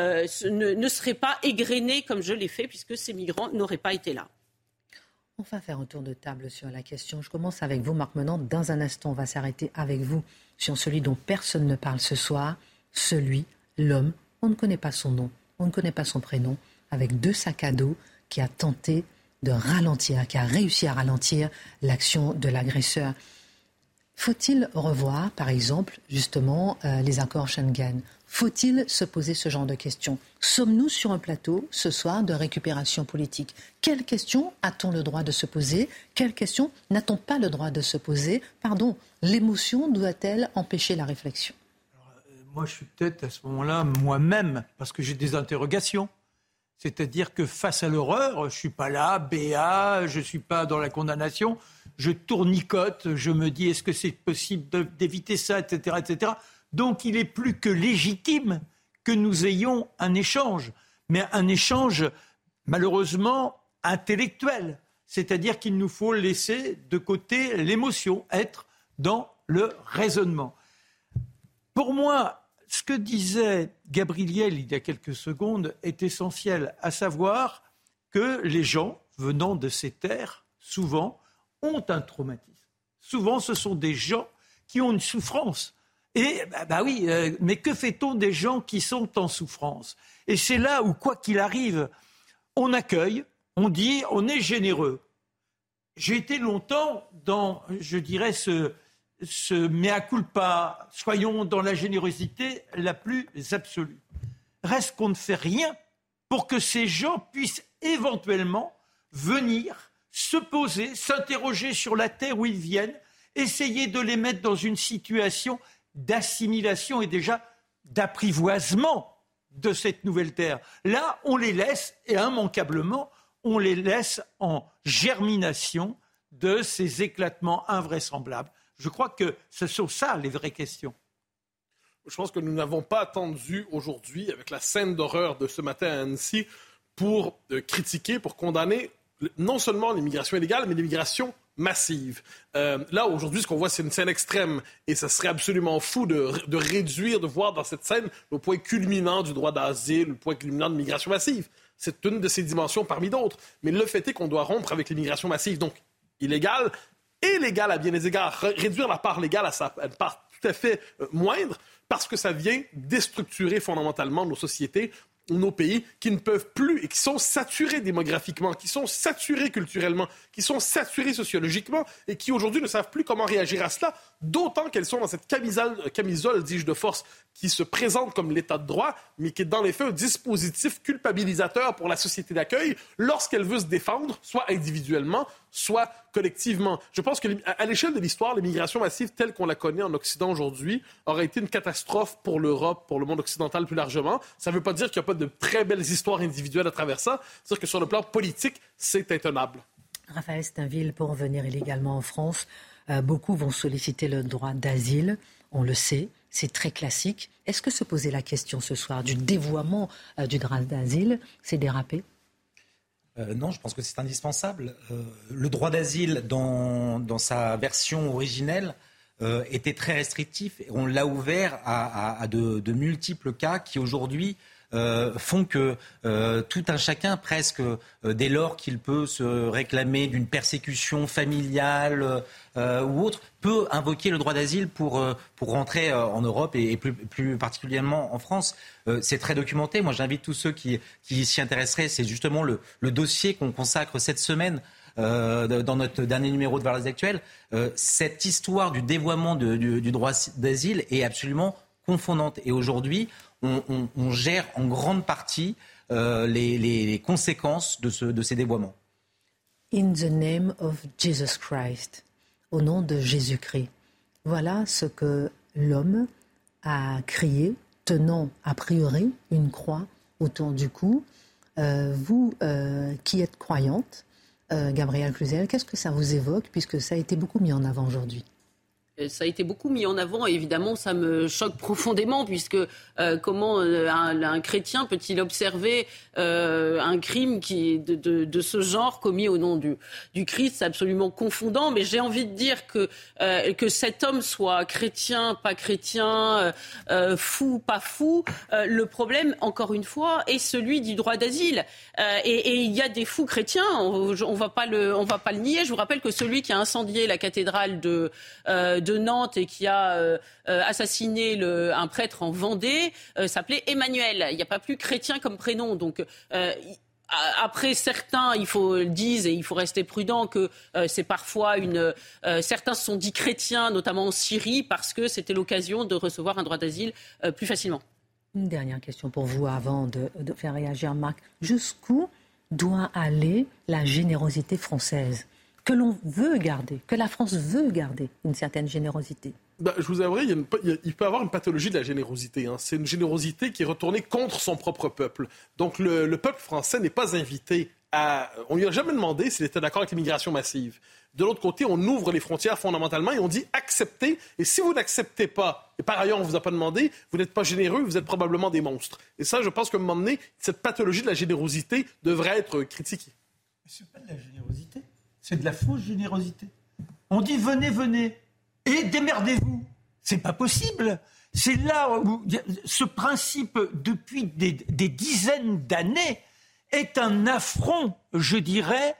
ne serait pas égrenée comme je l'ai fait, puisque ces migrants n'auraient pas été là. On va faire un tour de table sur la question. Je commence avec vous, Marc Menant. Dans un instant, on va s'arrêter avec vous sur celui dont personne ne parle ce soir, l'homme, on ne connaît pas son nom, on ne connaît pas son prénom, avec 2 sacs à dos, qui a tenté de ralentir, qui a réussi à ralentir l'action de l'agresseur. Faut-il revoir, par exemple, justement, les accords Schengen ? Faut-il se poser ce genre de questions ? Sommes-nous sur un plateau, ce soir, de récupération politique ? Quelles questions a-t-on le droit de se poser ? Quelles questions n'a-t-on pas le droit de se poser ? Pardon, l'émotion doit-elle empêcher la réflexion ? Moi, je suis peut-être à ce moment-là moi-même, parce que j'ai des interrogations. C'est-à-dire que face à l'horreur, je ne suis pas là, béat, je ne suis pas dans la condamnation, je tournicote, je me dis est-ce que c'est possible d'éviter ça, etc., etc. Donc il est plus que légitime que nous ayons un échange, mais un échange malheureusement intellectuel. C'est-à-dire qu'il nous faut laisser de côté l'émotion, être dans le raisonnement. Pour moi, ce que disait Gabriel il y a quelques secondes est essentiel, à savoir que les gens venant de ces terres, souvent, ont un traumatisme. Souvent, ce sont des gens qui ont une souffrance. Et, mais que fait-on des gens qui sont en souffrance ? Et c'est là où, quoi qu'il arrive, on accueille, on dit, on est généreux. J'ai été longtemps dans, je dirais, ce mea culpa, soyons dans la générosité la plus absolue. Reste qu'on ne fait rien pour que ces gens puissent éventuellement venir se poser, s'interroger sur la terre où ils viennent, essayer de les mettre dans une situation d'assimilation et déjà d'apprivoisement de cette nouvelle terre. Là, on les laisse, et immanquablement, on les laisse en germination de ces éclatements invraisemblables. Je crois que ce sont ça les vraies questions. Je pense que nous n'avons pas attendu aujourd'hui, avec la scène d'horreur de ce matin à Annecy, pour critiquer, pour condamner non seulement l'immigration illégale, mais l'immigration massive. Là, aujourd'hui, ce qu'on voit, c'est une scène extrême. Et ça serait absolument fou de réduire, de voir dans cette scène le point culminant du droit d'asile, le point culminant de l'immigration massive. C'est une de ces dimensions parmi d'autres. Mais le fait est qu'on doit rompre avec l'immigration massive, donc illégale et légale à bien des égards. Réduire la part légale à une part tout à fait moindre, parce que ça vient déstructurer fondamentalement nos sociétés, nos pays qui ne peuvent plus et qui sont saturés démographiquement, qui sont saturés culturellement, qui sont saturés sociologiquement et qui aujourd'hui ne savent plus comment réagir à cela, d'autant qu'elles sont dans cette camisole, dis-je, de force qui se présente comme l'état de droit, mais qui est dans les faits un dispositif culpabilisateur pour la société d'accueil lorsqu'elle veut se défendre, soit individuellement, soit collectivement. Je pense qu'à l'échelle de l'histoire, l'immigration massive telle qu'on la connaît en Occident aujourd'hui aurait été une catastrophe pour l'Europe, pour le monde occidental plus largement. Ça ne veut pas dire qu'il n'y a pas de très belles histoires individuelles à travers ça. C'est-à-dire que sur le plan politique, c'est intenable. Raphaël Steinville, pour venir illégalement en France, beaucoup vont solliciter le droit d'asile. On le sait, c'est très classique. Est-ce que se poser la question ce soir du dévoiement du droit d'asile, c'est dérapé ? Non, je pense que c'est indispensable. Le droit d'asile, dans sa version originelle, était très restrictif. On l'a ouvert à de multiples cas qui, aujourd'hui, font que tout un chacun, presque, dès lors qu'il peut se réclamer d'une persécution familiale ou autre, peut invoquer le droit d'asile pour rentrer en Europe et plus particulièrement en France. C'est très documenté. Moi, j'invite tous ceux qui s'y intéresseraient. C'est justement le dossier qu'on consacre cette semaine dans notre dernier numéro de Valeurs Actuelles. Cette histoire du dévoiement du droit d'asile est absolument confondante. Et aujourd'hui, on gère en grande partie les conséquences de ces dévoiements. In the name of Jesus Christ, au nom de Jésus-Christ. Voilà ce que l'homme a crié, tenant a priori une croix autour du cou. Vous qui êtes croyante, Gabrielle Cluzel, qu'est-ce que ça vous évoque, puisque ça a été beaucoup mis en avant aujourd'hui ? Ça a été beaucoup mis en avant et évidemment ça me choque profondément puisque comment un chrétien peut-il observer un crime de ce genre commis au nom du Christ? C'est absolument confondant, mais j'ai envie de dire que cet homme soit chrétien, pas chrétien, fou, pas fou, le problème, encore une fois, est celui du droit d'asile. Et il y a des fous chrétiens, on va pas le nier. Je vous rappelle que celui qui a incendié la cathédrale de Nantes et qui a assassiné un prêtre en Vendée s'appelait Emmanuel. Il n'y a pas plus chrétien comme prénom. Donc après, certains disent, et il faut rester prudent, que c'est parfois certains se sont dits chrétiens, notamment en Syrie, parce que c'était l'occasion de recevoir un droit d'asile plus facilement. Une dernière question pour vous avant de faire réagir Marc. Jusqu'où doit aller la générosité française ? Que l'on veut garder, que la France veut garder une certaine générosité. Je vous avouerai, il peut y avoir une pathologie de la générosité. Hein. C'est une générosité qui est retournée contre son propre peuple. Donc le peuple français n'est pas invité à... On ne lui a jamais demandé s'il était d'accord avec l'immigration massive. De l'autre côté, on ouvre les frontières fondamentalement et on dit acceptez. Et si vous n'acceptez pas, et par ailleurs on ne vous a pas demandé, vous n'êtes pas généreux, vous êtes probablement des monstres. Et ça, je pense qu'à un moment donné, cette pathologie de la générosité devrait être critiquée. Mais ce n'est pas de la générosité. c'est de la fausse générosité. On dit venez, venez, et démerdez-vous. C'est pas possible. C'est là où ce principe, depuis des dizaines d'années, est un affront, je dirais,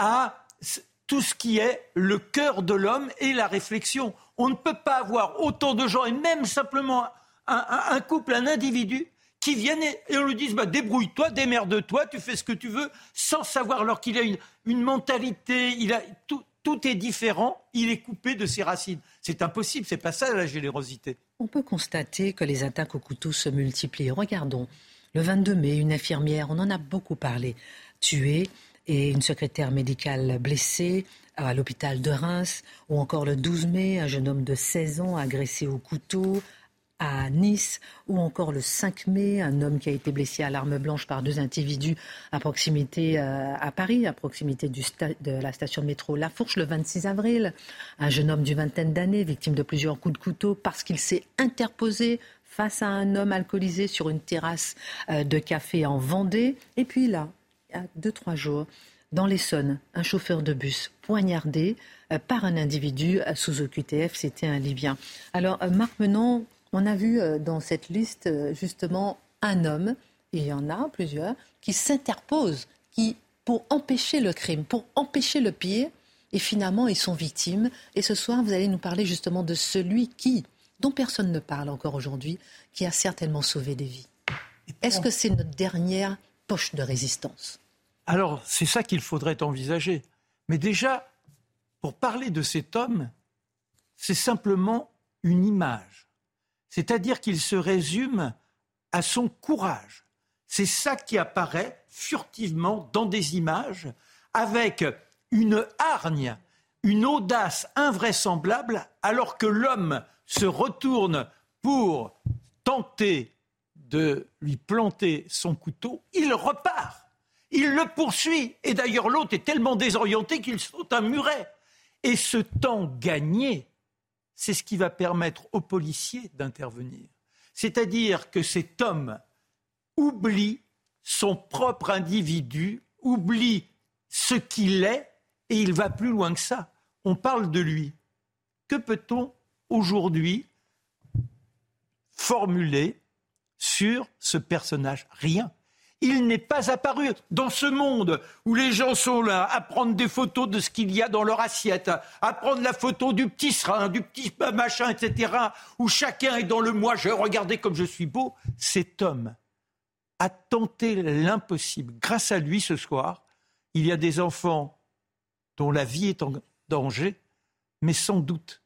à tout ce qui est le cœur de l'homme et la réflexion. On ne peut pas avoir autant de gens, et même simplement un couple, un individu, qui viennent et on lui dise débrouille-toi, démerde-toi, tu fais ce que tu veux, sans savoir alors qu'il a une mentalité, tout est différent, il est coupé de ses racines. C'est impossible, c'est pas ça la générosité. On peut constater que les attaques au couteau se multiplient. Regardons, le 22 mai, une infirmière, on en a beaucoup parlé, tuée, et une secrétaire médicale blessée à l'hôpital de Reims, ou encore le 12 mai, un jeune homme de 16 ans agressé au couteau à Nice, ou encore le 5 mai, un homme qui a été blessé à l'arme blanche par 2 individus à proximité à Paris, à proximité de la station de métro La Fourche, le 26 avril. Un jeune homme d'une vingtaine d'années, victime de plusieurs coups de couteau parce qu'il s'est interposé face à un homme alcoolisé sur une terrasse de café en Vendée. Et puis là, il y a 2-3 jours, dans l'Essonne, un chauffeur de bus poignardé par un individu sous OQTF, c'était un Libyen. Alors, Marc Menon, on a vu dans cette liste, justement, un homme, et il y en a plusieurs, qui s'interposent pour empêcher le crime, pour empêcher le pire, et finalement, ils sont victimes. Et ce soir, vous allez nous parler justement de celui dont personne ne parle encore aujourd'hui, qui a certainement sauvé des vies. Est-ce que c'est notre dernière poche de résistance ? Alors, c'est ça qu'il faudrait envisager. Mais déjà, pour parler de cet homme, c'est simplement une image. C'est-à-dire qu'il se résume à son courage. C'est ça qui apparaît furtivement dans des images, avec une hargne, une audace invraisemblable, alors que l'homme se retourne pour tenter de lui planter son couteau, il repart. Il le poursuit. Et d'ailleurs, l'autre est tellement désorienté qu'il saute un muret. Et ce temps gagné, c'est ce qui va permettre aux policiers d'intervenir. C'est-à-dire que cet homme oublie son propre individu, oublie ce qu'il est, et il va plus loin que ça. On parle de lui. Que peut-on aujourd'hui formuler sur ce personnage ? Rien. Il n'est pas apparu dans ce monde où les gens sont là à prendre des photos de ce qu'il y a dans leur assiette, à prendre la photo du petit serin, du petit machin, etc., où chacun est dans le moi, regardez comme je suis beau. Cet homme a tenté l'impossible. Grâce à lui, ce soir, il y a des enfants dont la vie est en danger, mais sans doute,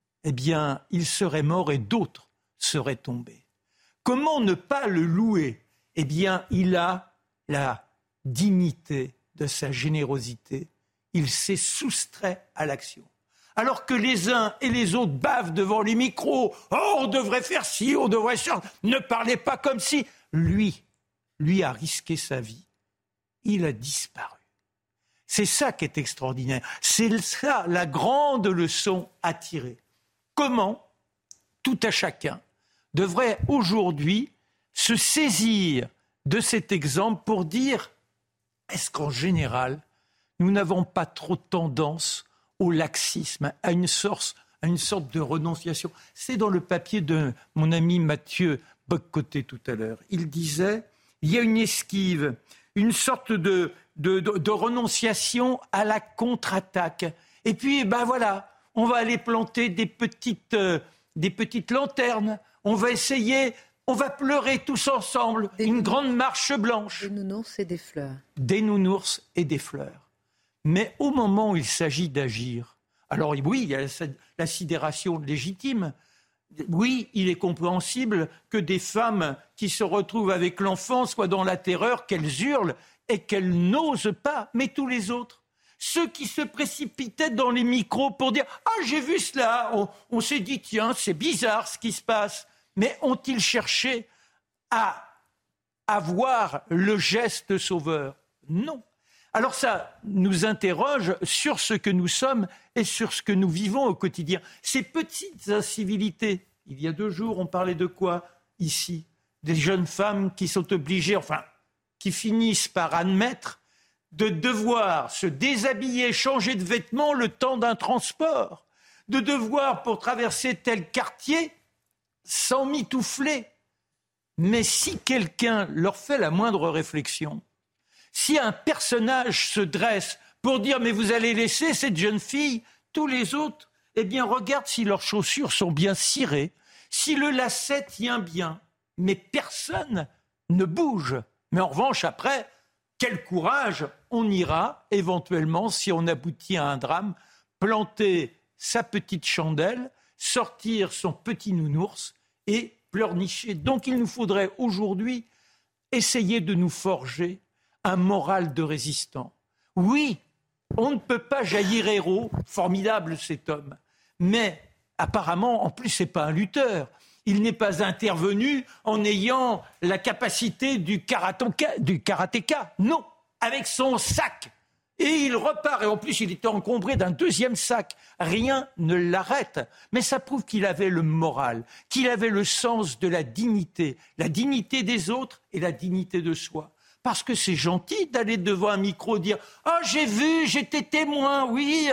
il serait mort et d'autres seraient tombés. Comment ne pas le louer ? Il a la dignité de sa générosité. Il s'est soustrait à l'action. Alors que les uns et les autres bavent devant les micros. « Oh, on devrait faire ci, on devrait faire... » Ne parlez pas comme si... Lui a risqué sa vie. Il a disparu. C'est ça qui est extraordinaire. C'est ça la grande leçon à tirer. Comment tout à chacun devrait aujourd'hui se saisir de cet exemple pour dire, est-ce qu'en général, nous n'avons pas trop tendance au laxisme, à une sorte de renonciation ? C'est dans le papier de mon ami Mathieu Bock-Côté tout à l'heure. Il disait, il y a une esquive, une sorte de renonciation à la contre-attaque. Et puis, on va aller planter des petites lanternes, on va essayer... On va pleurer tous ensemble, une grande marche blanche. Des nounours et des fleurs. Des nounours et des fleurs. Mais au moment où il s'agit d'agir, alors oui, il y a la sidération légitime. Oui, il est compréhensible que des femmes qui se retrouvent avec l'enfant soient dans la terreur, qu'elles hurlent et qu'elles n'osent pas. Mais tous les autres, ceux qui se précipitaient dans les micros pour dire « Ah, j'ai vu cela !» On s'est dit « Tiens, c'est bizarre ce qui se passe !» Mais ont-ils cherché à avoir le geste sauveur ? Non. Alors ça nous interroge sur ce que nous sommes et sur ce que nous vivons au quotidien. Ces petites incivilités. Il y a 2 jours, on parlait de quoi ici ? Des jeunes femmes qui sont obligées, qui finissent par admettre de devoir se déshabiller, changer de vêtements le temps d'un transport, de devoir, pour traverser tel quartier, s'emmitoufler. Mais si quelqu'un leur fait la moindre réflexion, si un personnage se dresse pour dire « mais vous allez laisser cette jeune fille », tous les autres, eh bien, regarde si leurs chaussures sont bien cirées, si le lacet tient bien. Mais personne ne bouge. Mais en revanche, après, quel courage, on ira éventuellement, si on aboutit à un drame, planter sa petite chandelle, sortir son petit nounours et pleurnicher. Donc il nous faudrait aujourd'hui essayer de nous forger un moral de résistant. Oui, on ne peut pas jaillir héros, formidable cet homme, mais apparemment, en plus, c'est pas un lutteur. Il n'est pas intervenu en ayant la capacité du karatéka. Non, avec son sac. Et il repart. Et en plus, il était encombré d'un deuxième sac. Rien ne l'arrête. Mais ça prouve qu'il avait le moral, qu'il avait le sens de la dignité des autres et la dignité de soi. Parce que c'est gentil d'aller devant un micro dire « Ah, j'ai vu, j'étais témoin, oui,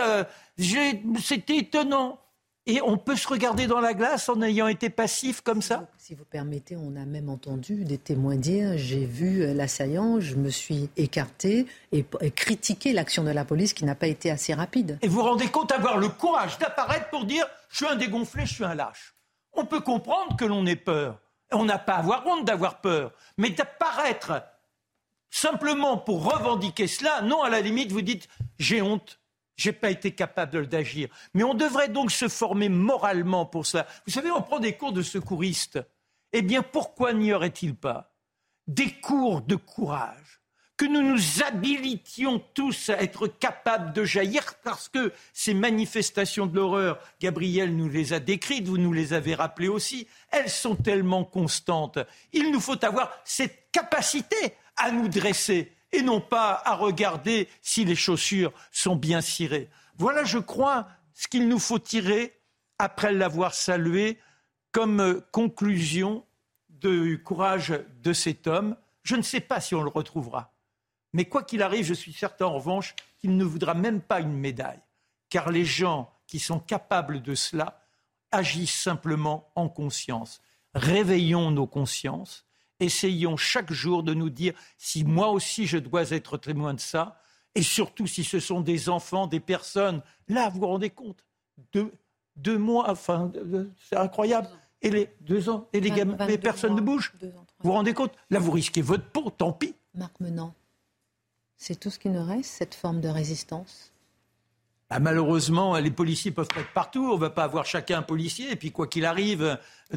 c'était étonnant ». Et on peut se regarder dans la glace en ayant été passif comme ça ? Si vous permettez, on a même entendu des témoins dire « J'ai vu l'assaillant, je me suis écarté et critiqué l'action de la police qui n'a pas été assez rapide. » Et vous vous rendez compte d'avoir le courage d'apparaître pour dire « Je suis un dégonflé, je suis un lâche ». On peut comprendre que l'on ait peur. On n'a pas à avoir honte d'avoir peur. Mais d'apparaître simplement pour revendiquer cela, non, à la limite, vous dites « J'ai honte ». Je n'ai pas été capable d'agir. Mais on devrait donc se former moralement pour ça. Vous savez, on prend des cours de secouristes. Eh bien, pourquoi n'y aurait-il pas des cours de courage ? Que nous nous habilitions tous à être capables de jaillir, parce que ces manifestations de l'horreur, Gabriel nous les a décrites, vous nous les avez rappelées aussi, elles sont tellement constantes. Il nous faut avoir cette capacité à nous dresser, et non pas à regarder si les chaussures sont bien cirées. Voilà, je crois, ce qu'il nous faut tirer, après l'avoir salué, comme conclusion du courage de cet homme. Je ne sais pas si on le retrouvera. Mais quoi qu'il arrive, je suis certain en revanche qu'il ne voudra même pas une médaille. Car les gens qui sont capables de cela agissent simplement en conscience. Réveillons nos consciences. Essayons chaque jour de nous dire si moi aussi je dois être témoin de ça, et surtout si ce sont des enfants, des personnes. Là, vous vous rendez compte, deux mois, enfin, c'est incroyable. Et les 2 ans, et les gamins, les personnes ne bougent. Vous vous rendez compte ? Là, vous risquez votre peau, tant pis. Marc Menant, c'est tout ce qui nous reste, cette forme de résistance ? Malheureusement, les policiers peuvent être partout. On ne va pas avoir chacun un policier. Et puis, quoi qu'il arrive,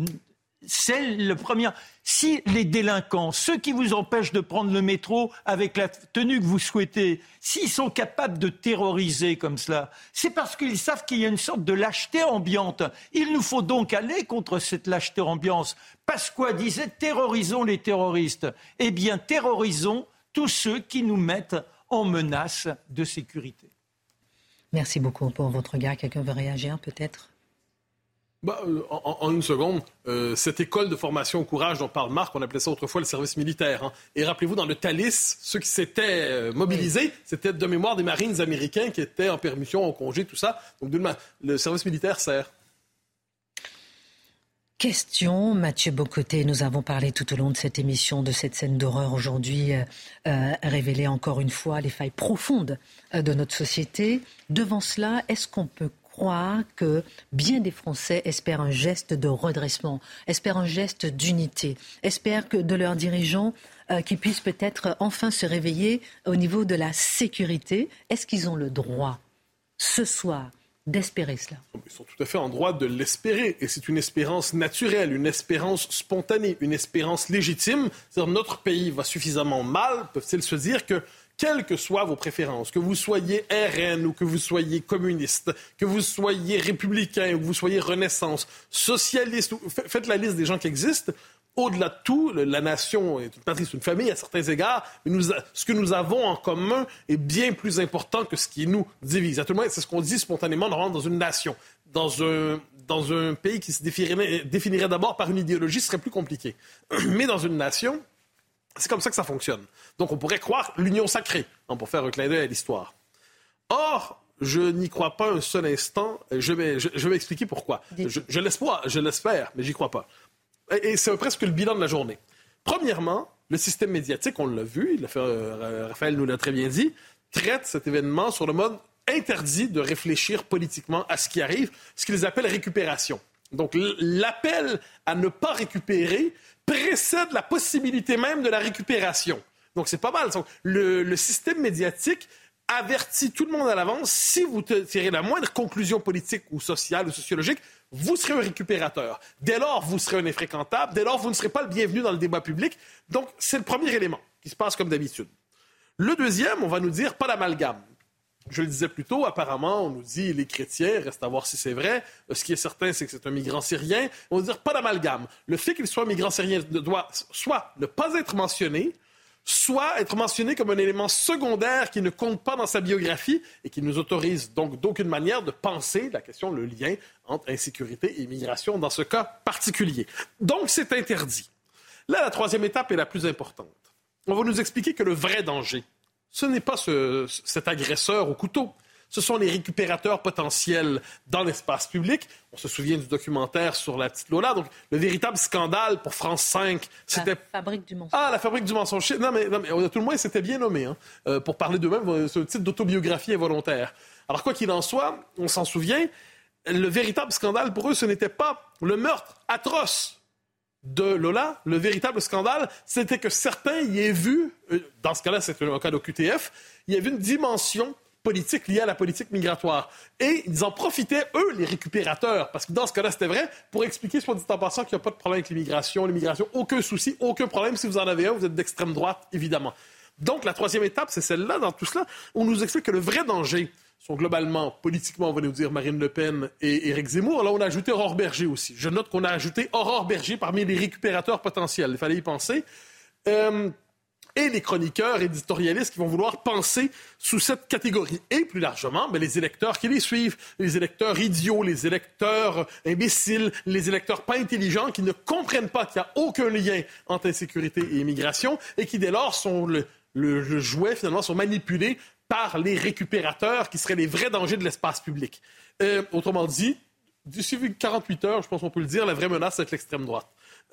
c'est le premier. Si les délinquants, ceux qui vous empêchent de prendre le métro avec la tenue que vous souhaitez, s'ils sont capables de terroriser comme cela, c'est parce qu'ils savent qu'il y a une sorte de lâcheté ambiante. Il nous faut donc aller contre cette lâcheté ambiante. Pasqua disait « terrorisons les terroristes ». Eh bien, terrorisons tous ceux qui nous mettent en menace de sécurité. Merci beaucoup pour votre regard. Quelqu'un veut réagir peut-être ? En une seconde, cette école de formation au courage dont parle Marc, on appelait ça autrefois le service militaire. Hein. Et rappelez-vous, dans le Thalys, ceux qui s'étaient mobilisés, c'était de mémoire des Marines américains qui étaient en permission, en congé, tout ça. Donc, le service militaire sert. Question, Mathieu Bocoté, nous avons parlé tout au long de cette émission de cette scène d'horreur aujourd'hui, révélée encore une fois les failles profondes de notre société. Devant cela, est-ce qu'on peut croire que bien des Français espèrent un geste de redressement, espèrent un geste d'unité, espèrent que de leurs dirigeants qu'ils puissent peut-être enfin se réveiller au niveau de la sécurité? Est-ce qu'ils ont le droit, ce soir, d'espérer cela? Ils sont tout à fait en droit de l'espérer. Et c'est une espérance naturelle, une espérance spontanée, une espérance légitime. C'est-à-dire notre pays va suffisamment mal, peuvent-ils se dire que quelles que soient vos préférences, que vous soyez RN ou que vous soyez communiste, que vous soyez républicain ou que vous soyez Renaissance, socialiste, faites la liste des gens qui existent. Au-delà de tout, la nation est une patrie, c'est une famille à certains égards, mais ce que nous avons en commun est bien plus important que ce qui nous divise. À tout le monde, c'est ce qu'on dit spontanément normalement dans une nation. Dans un pays qui se définirait d'abord par une idéologie, ce serait plus compliqué. Mais dans une nation, C'est comme ça que ça fonctionne. Donc, on pourrait croire l'union sacrée, pour faire un clin d'œil à l'histoire. Or, je n'y crois pas un seul instant. Je vais expliquer pourquoi. Je l'espère, mais j'y crois pas. Et c'est presque le bilan de la journée. Premièrement, le système médiatique, on l'a vu, Raphaël nous l'a très bien dit, traite cet événement sur le mode interdit de réfléchir politiquement à ce qui arrive, ce qu'ils appellent récupération. Donc, l'appel à ne pas récupérer précède la possibilité même de la récupération. Donc, c'est pas mal. Le système médiatique avertit tout le monde à l'avance, si vous tirez la moindre conclusion politique ou sociale ou sociologique, vous serez un récupérateur. Dès lors, vous serez un infréquentable. Dès lors, vous ne serez pas le bienvenu dans le débat public. Donc, c'est le premier élément qui se passe comme d'habitude. Le deuxième, on va nous dire pas d'amalgame. Je le disais plus tôt, apparemment, on nous dit les chrétiens, reste à voir si c'est vrai. Ce qui est certain, c'est que c'est un migrant syrien. On va dire pas d'amalgame. Le fait qu'il soit un migrant syrien doit soit ne pas être mentionné, soit être mentionné comme un élément secondaire qui ne compte pas dans sa biographie et qui nous autorise donc d'aucune manière de penser la question, le lien entre insécurité et immigration dans ce cas particulier. Donc, c'est interdit. Là, la troisième étape est la plus importante. On va nous expliquer que le vrai danger, ce n'est pas cet agresseur au couteau. Ce sont les récupérateurs potentiels dans l'espace public. On se souvient du documentaire sur la petite Lola. Donc, le véritable scandale pour France 5, c'était... La fabrique du mensonge. Ah, la fabrique du mensonge. Non, mais tout le moins, c'était bien nommé. Pour parler d'eux-mêmes, c'est un titre d'autobiographie involontaire. Alors, quoi qu'il en soit, on s'en souvient, le véritable scandale pour eux, ce n'était pas le meurtre atroce de Lola. Le véritable scandale, c'était que certains y aient vu, dans ce cas-là, c'est un cas d'OQTF, il y avait une dimension politique liée à la politique migratoire. Et ils en profitaient, eux, les récupérateurs, parce que dans ce cas-là, c'était vrai, pour expliquer, soit dit en passant, qu'il n'y a pas de problème avec l'immigration, aucun souci, aucun problème. Si vous en avez un, vous êtes d'extrême droite, évidemment. Donc, la troisième étape, c'est celle-là, dans tout cela, on nous explique que le vrai danger sont globalement, politiquement, on va nous dire Marine Le Pen et Éric Zemmour. Là, on a ajouté Aurore Berger aussi. Je note qu'on a ajouté Aurore Berger parmi les récupérateurs potentiels. Il fallait y penser. Et les chroniqueurs éditorialistes qui vont vouloir penser sous cette catégorie. Et plus largement, les électeurs qui les suivent, les électeurs idiots, les électeurs imbéciles, les électeurs pas intelligents qui ne comprennent pas qu'il n'y a aucun lien entre insécurité et immigration et qui, dès lors, sont le jouet, finalement, sont manipulés par les récupérateurs qui seraient les vrais dangers de l'espace public. Autrement dit, d'ici 48 heures, je pense qu'on peut le dire, la vraie menace, c'est l'extrême droite.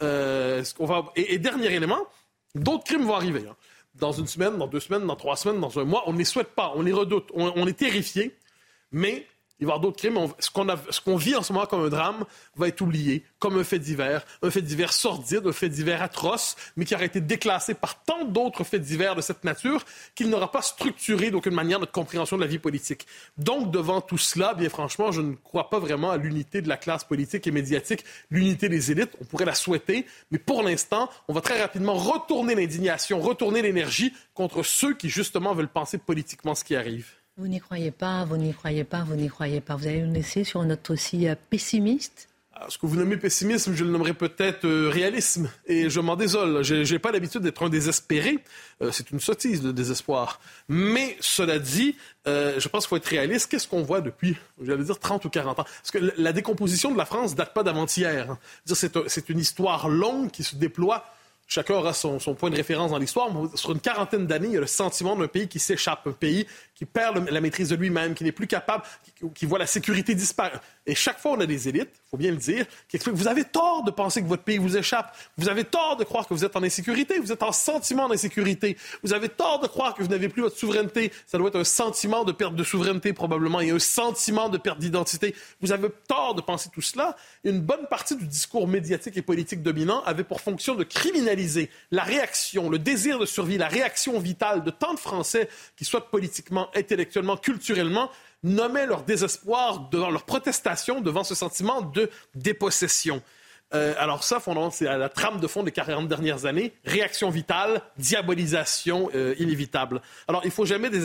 Et dernier élément, d'autres crimes vont arriver. Dans une semaine, dans 2 semaines, dans 3 semaines, dans un mois. On ne les souhaite pas, on les redoute, on est terrifiés. Mais il va y avoir d'autres crimes. Ce qu'on vit en ce moment comme un drame va être oublié comme un fait divers sordide, un fait divers atroce, mais qui aura été déclassé par tant d'autres faits divers de cette nature qu'il n'aura pas structuré d'aucune manière notre compréhension de la vie politique. Donc, devant tout cela, bien franchement, je ne crois pas vraiment à l'unité de la classe politique et médiatique, l'unité des élites. On pourrait la souhaiter, mais pour l'instant, on va très rapidement retourner l'indignation, retourner l'énergie contre ceux qui, justement, veulent penser politiquement ce qui arrive. Vous n'y croyez pas, vous n'y croyez pas, vous n'y croyez pas. Vous allez nous laisser sur une note aussi pessimiste? Alors, ce que vous nommez pessimisme, je le nommerais peut-être réalisme. Et je m'en désole. J'ai pas l'habitude d'être un désespéré. C'est une sottise, le désespoir. Mais, cela dit, je pense qu'il faut être réaliste. Qu'est-ce qu'on voit depuis, j'allais dire, 30 ou 40 ans? Parce que la décomposition de la France date pas d'avant-hier. C'est une histoire longue qui se déploie. Chacun aura son point de référence dans l'histoire. Sur une quarantaine d'années, il y a le sentiment d'un pays qui s'échappe, un pays qui perd la maîtrise de lui-même, qui n'est plus capable, qui voit la sécurité disparaître. Et chaque fois, on a des élites, il faut bien le dire, qui expliquent « Vous avez tort de penser que votre pays vous échappe. Vous avez tort de croire que vous êtes en insécurité. Vous êtes en sentiment d'insécurité. Vous avez tort de croire que vous n'avez plus votre souveraineté. Ça doit être un sentiment de perte de souveraineté, probablement, et un sentiment de perte d'identité. Vous avez tort de penser tout cela. » Une bonne partie du discours médiatique et politique dominant avait pour fonction de criminaliser la réaction, le désir de survie, la réaction vitale de tant de Français qui, soit politiquement, intellectuellement, culturellement, nommaient leur désespoir devant leur protestation, devant ce sentiment de dépossession. Alors ça, c'est la trame de fond des 40 dernières années. Réaction vitale, diabolisation inévitable. Alors, il ne faut jamais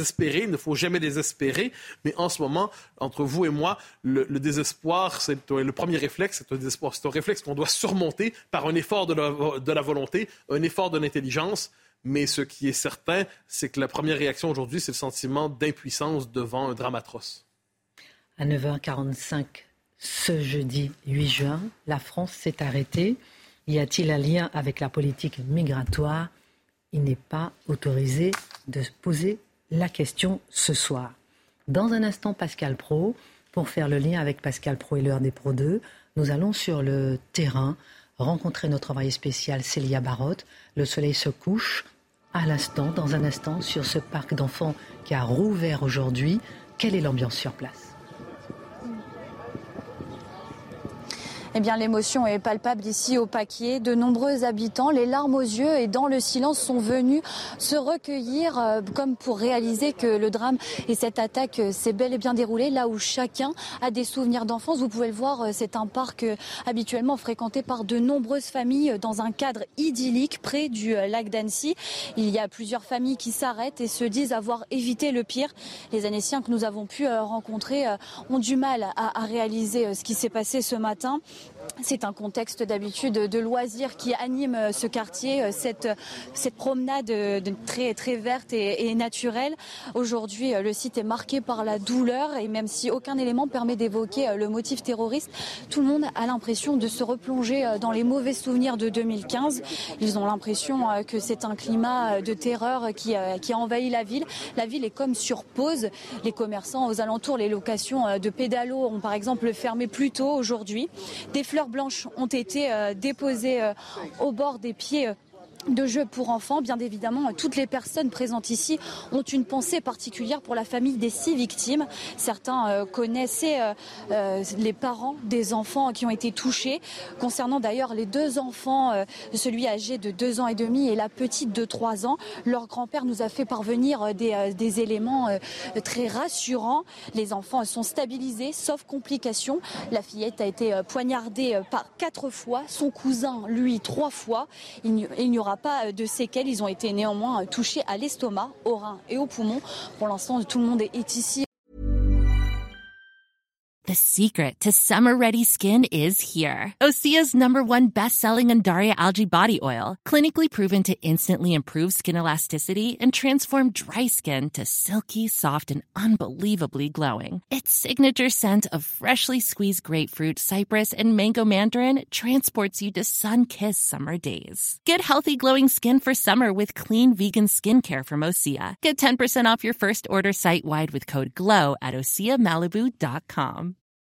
désespérer, mais en ce moment, entre vous et moi, le désespoir, c'est le premier réflexe, c'est un désespoir. C'est un réflexe qu'on doit surmonter par un effort de la volonté, un effort de l'intelligence. Mais ce qui est certain, c'est que la première réaction aujourd'hui, c'est le sentiment d'impuissance devant un drame atroce. À 9h45, ce jeudi 8 juin, la France s'est arrêtée. Y a-t-il un lien avec la politique migratoire? il n'est pas autorisé de se poser la question ce soir. Dans un instant, Pascal Praud, pour faire le lien avec Pascal Praud et l'heure des Pro 2, nous allons sur le terrain rencontrer notre envoyée spéciale Célia Barotte. Le soleil se couche à l'instant, dans un instant, sur ce parc d'enfants qui a rouvert aujourd'hui. Quelle est l'ambiance sur place ? Eh bien, l'émotion est palpable ici au Paquier. De nombreux habitants, les larmes aux yeux et dans le silence, sont venus se recueillir comme pour réaliser que le drame et cette attaque s'est bel et bien déroulée là où chacun a des souvenirs d'enfance. Vous pouvez le voir, c'est un parc habituellement fréquenté par de nombreuses familles dans un cadre idyllique près du lac d'Annecy. Il y a plusieurs familles qui s'arrêtent et se disent avoir évité le pire. Les Annéciens que nous avons pu rencontrer ont du mal à réaliser ce qui s'est passé ce matin. C'est un contexte d'habitude de loisirs qui anime ce quartier, cette promenade très, très verte et naturelle. Aujourd'hui, le site est marqué par la douleur et même si aucun élément permet d'évoquer le motif terroriste, tout le monde a l'impression de se replonger dans les mauvais souvenirs de 2015. Ils ont l'impression que c'est un climat de terreur qui a envahi la ville. La ville est comme sur pause. Les commerçants aux alentours, les locations de pédalos ont par exemple fermé plus tôt aujourd'hui. Des fleurs blanches ont été déposées au bord des pieds de jeux pour enfants. Bien évidemment, toutes les personnes présentes ici ont une pensée particulière pour la famille des 6 victimes. Certains connaissaient les parents des enfants qui ont été touchés. Concernant d'ailleurs les 2 enfants, celui âgé de 2 ans et demi et la petite de 3 ans, leur grand-père nous a fait parvenir des éléments très rassurants. Les enfants sont stabilisés, sauf complications. La fillette a été poignardée par 4 fois, son cousin, lui, 3 fois. Il n'y aura pas de séquelles. Ils ont été néanmoins touchés à l'estomac, aux reins et aux poumons. Pour l'instant, tout le monde est ici. The secret to summer-ready skin is here. Osea's #1 best-selling Undaria Algae Body Oil, clinically proven to instantly improve skin elasticity and transform dry skin to silky, soft, and unbelievably glowing. Its signature scent of freshly squeezed grapefruit, cypress, and mango mandarin transports you to sun-kissed summer days. Get healthy, glowing skin for summer with clean, vegan skincare from Osea. Get 10% off your first order site-wide with code GLOW at OseaMalibu.com.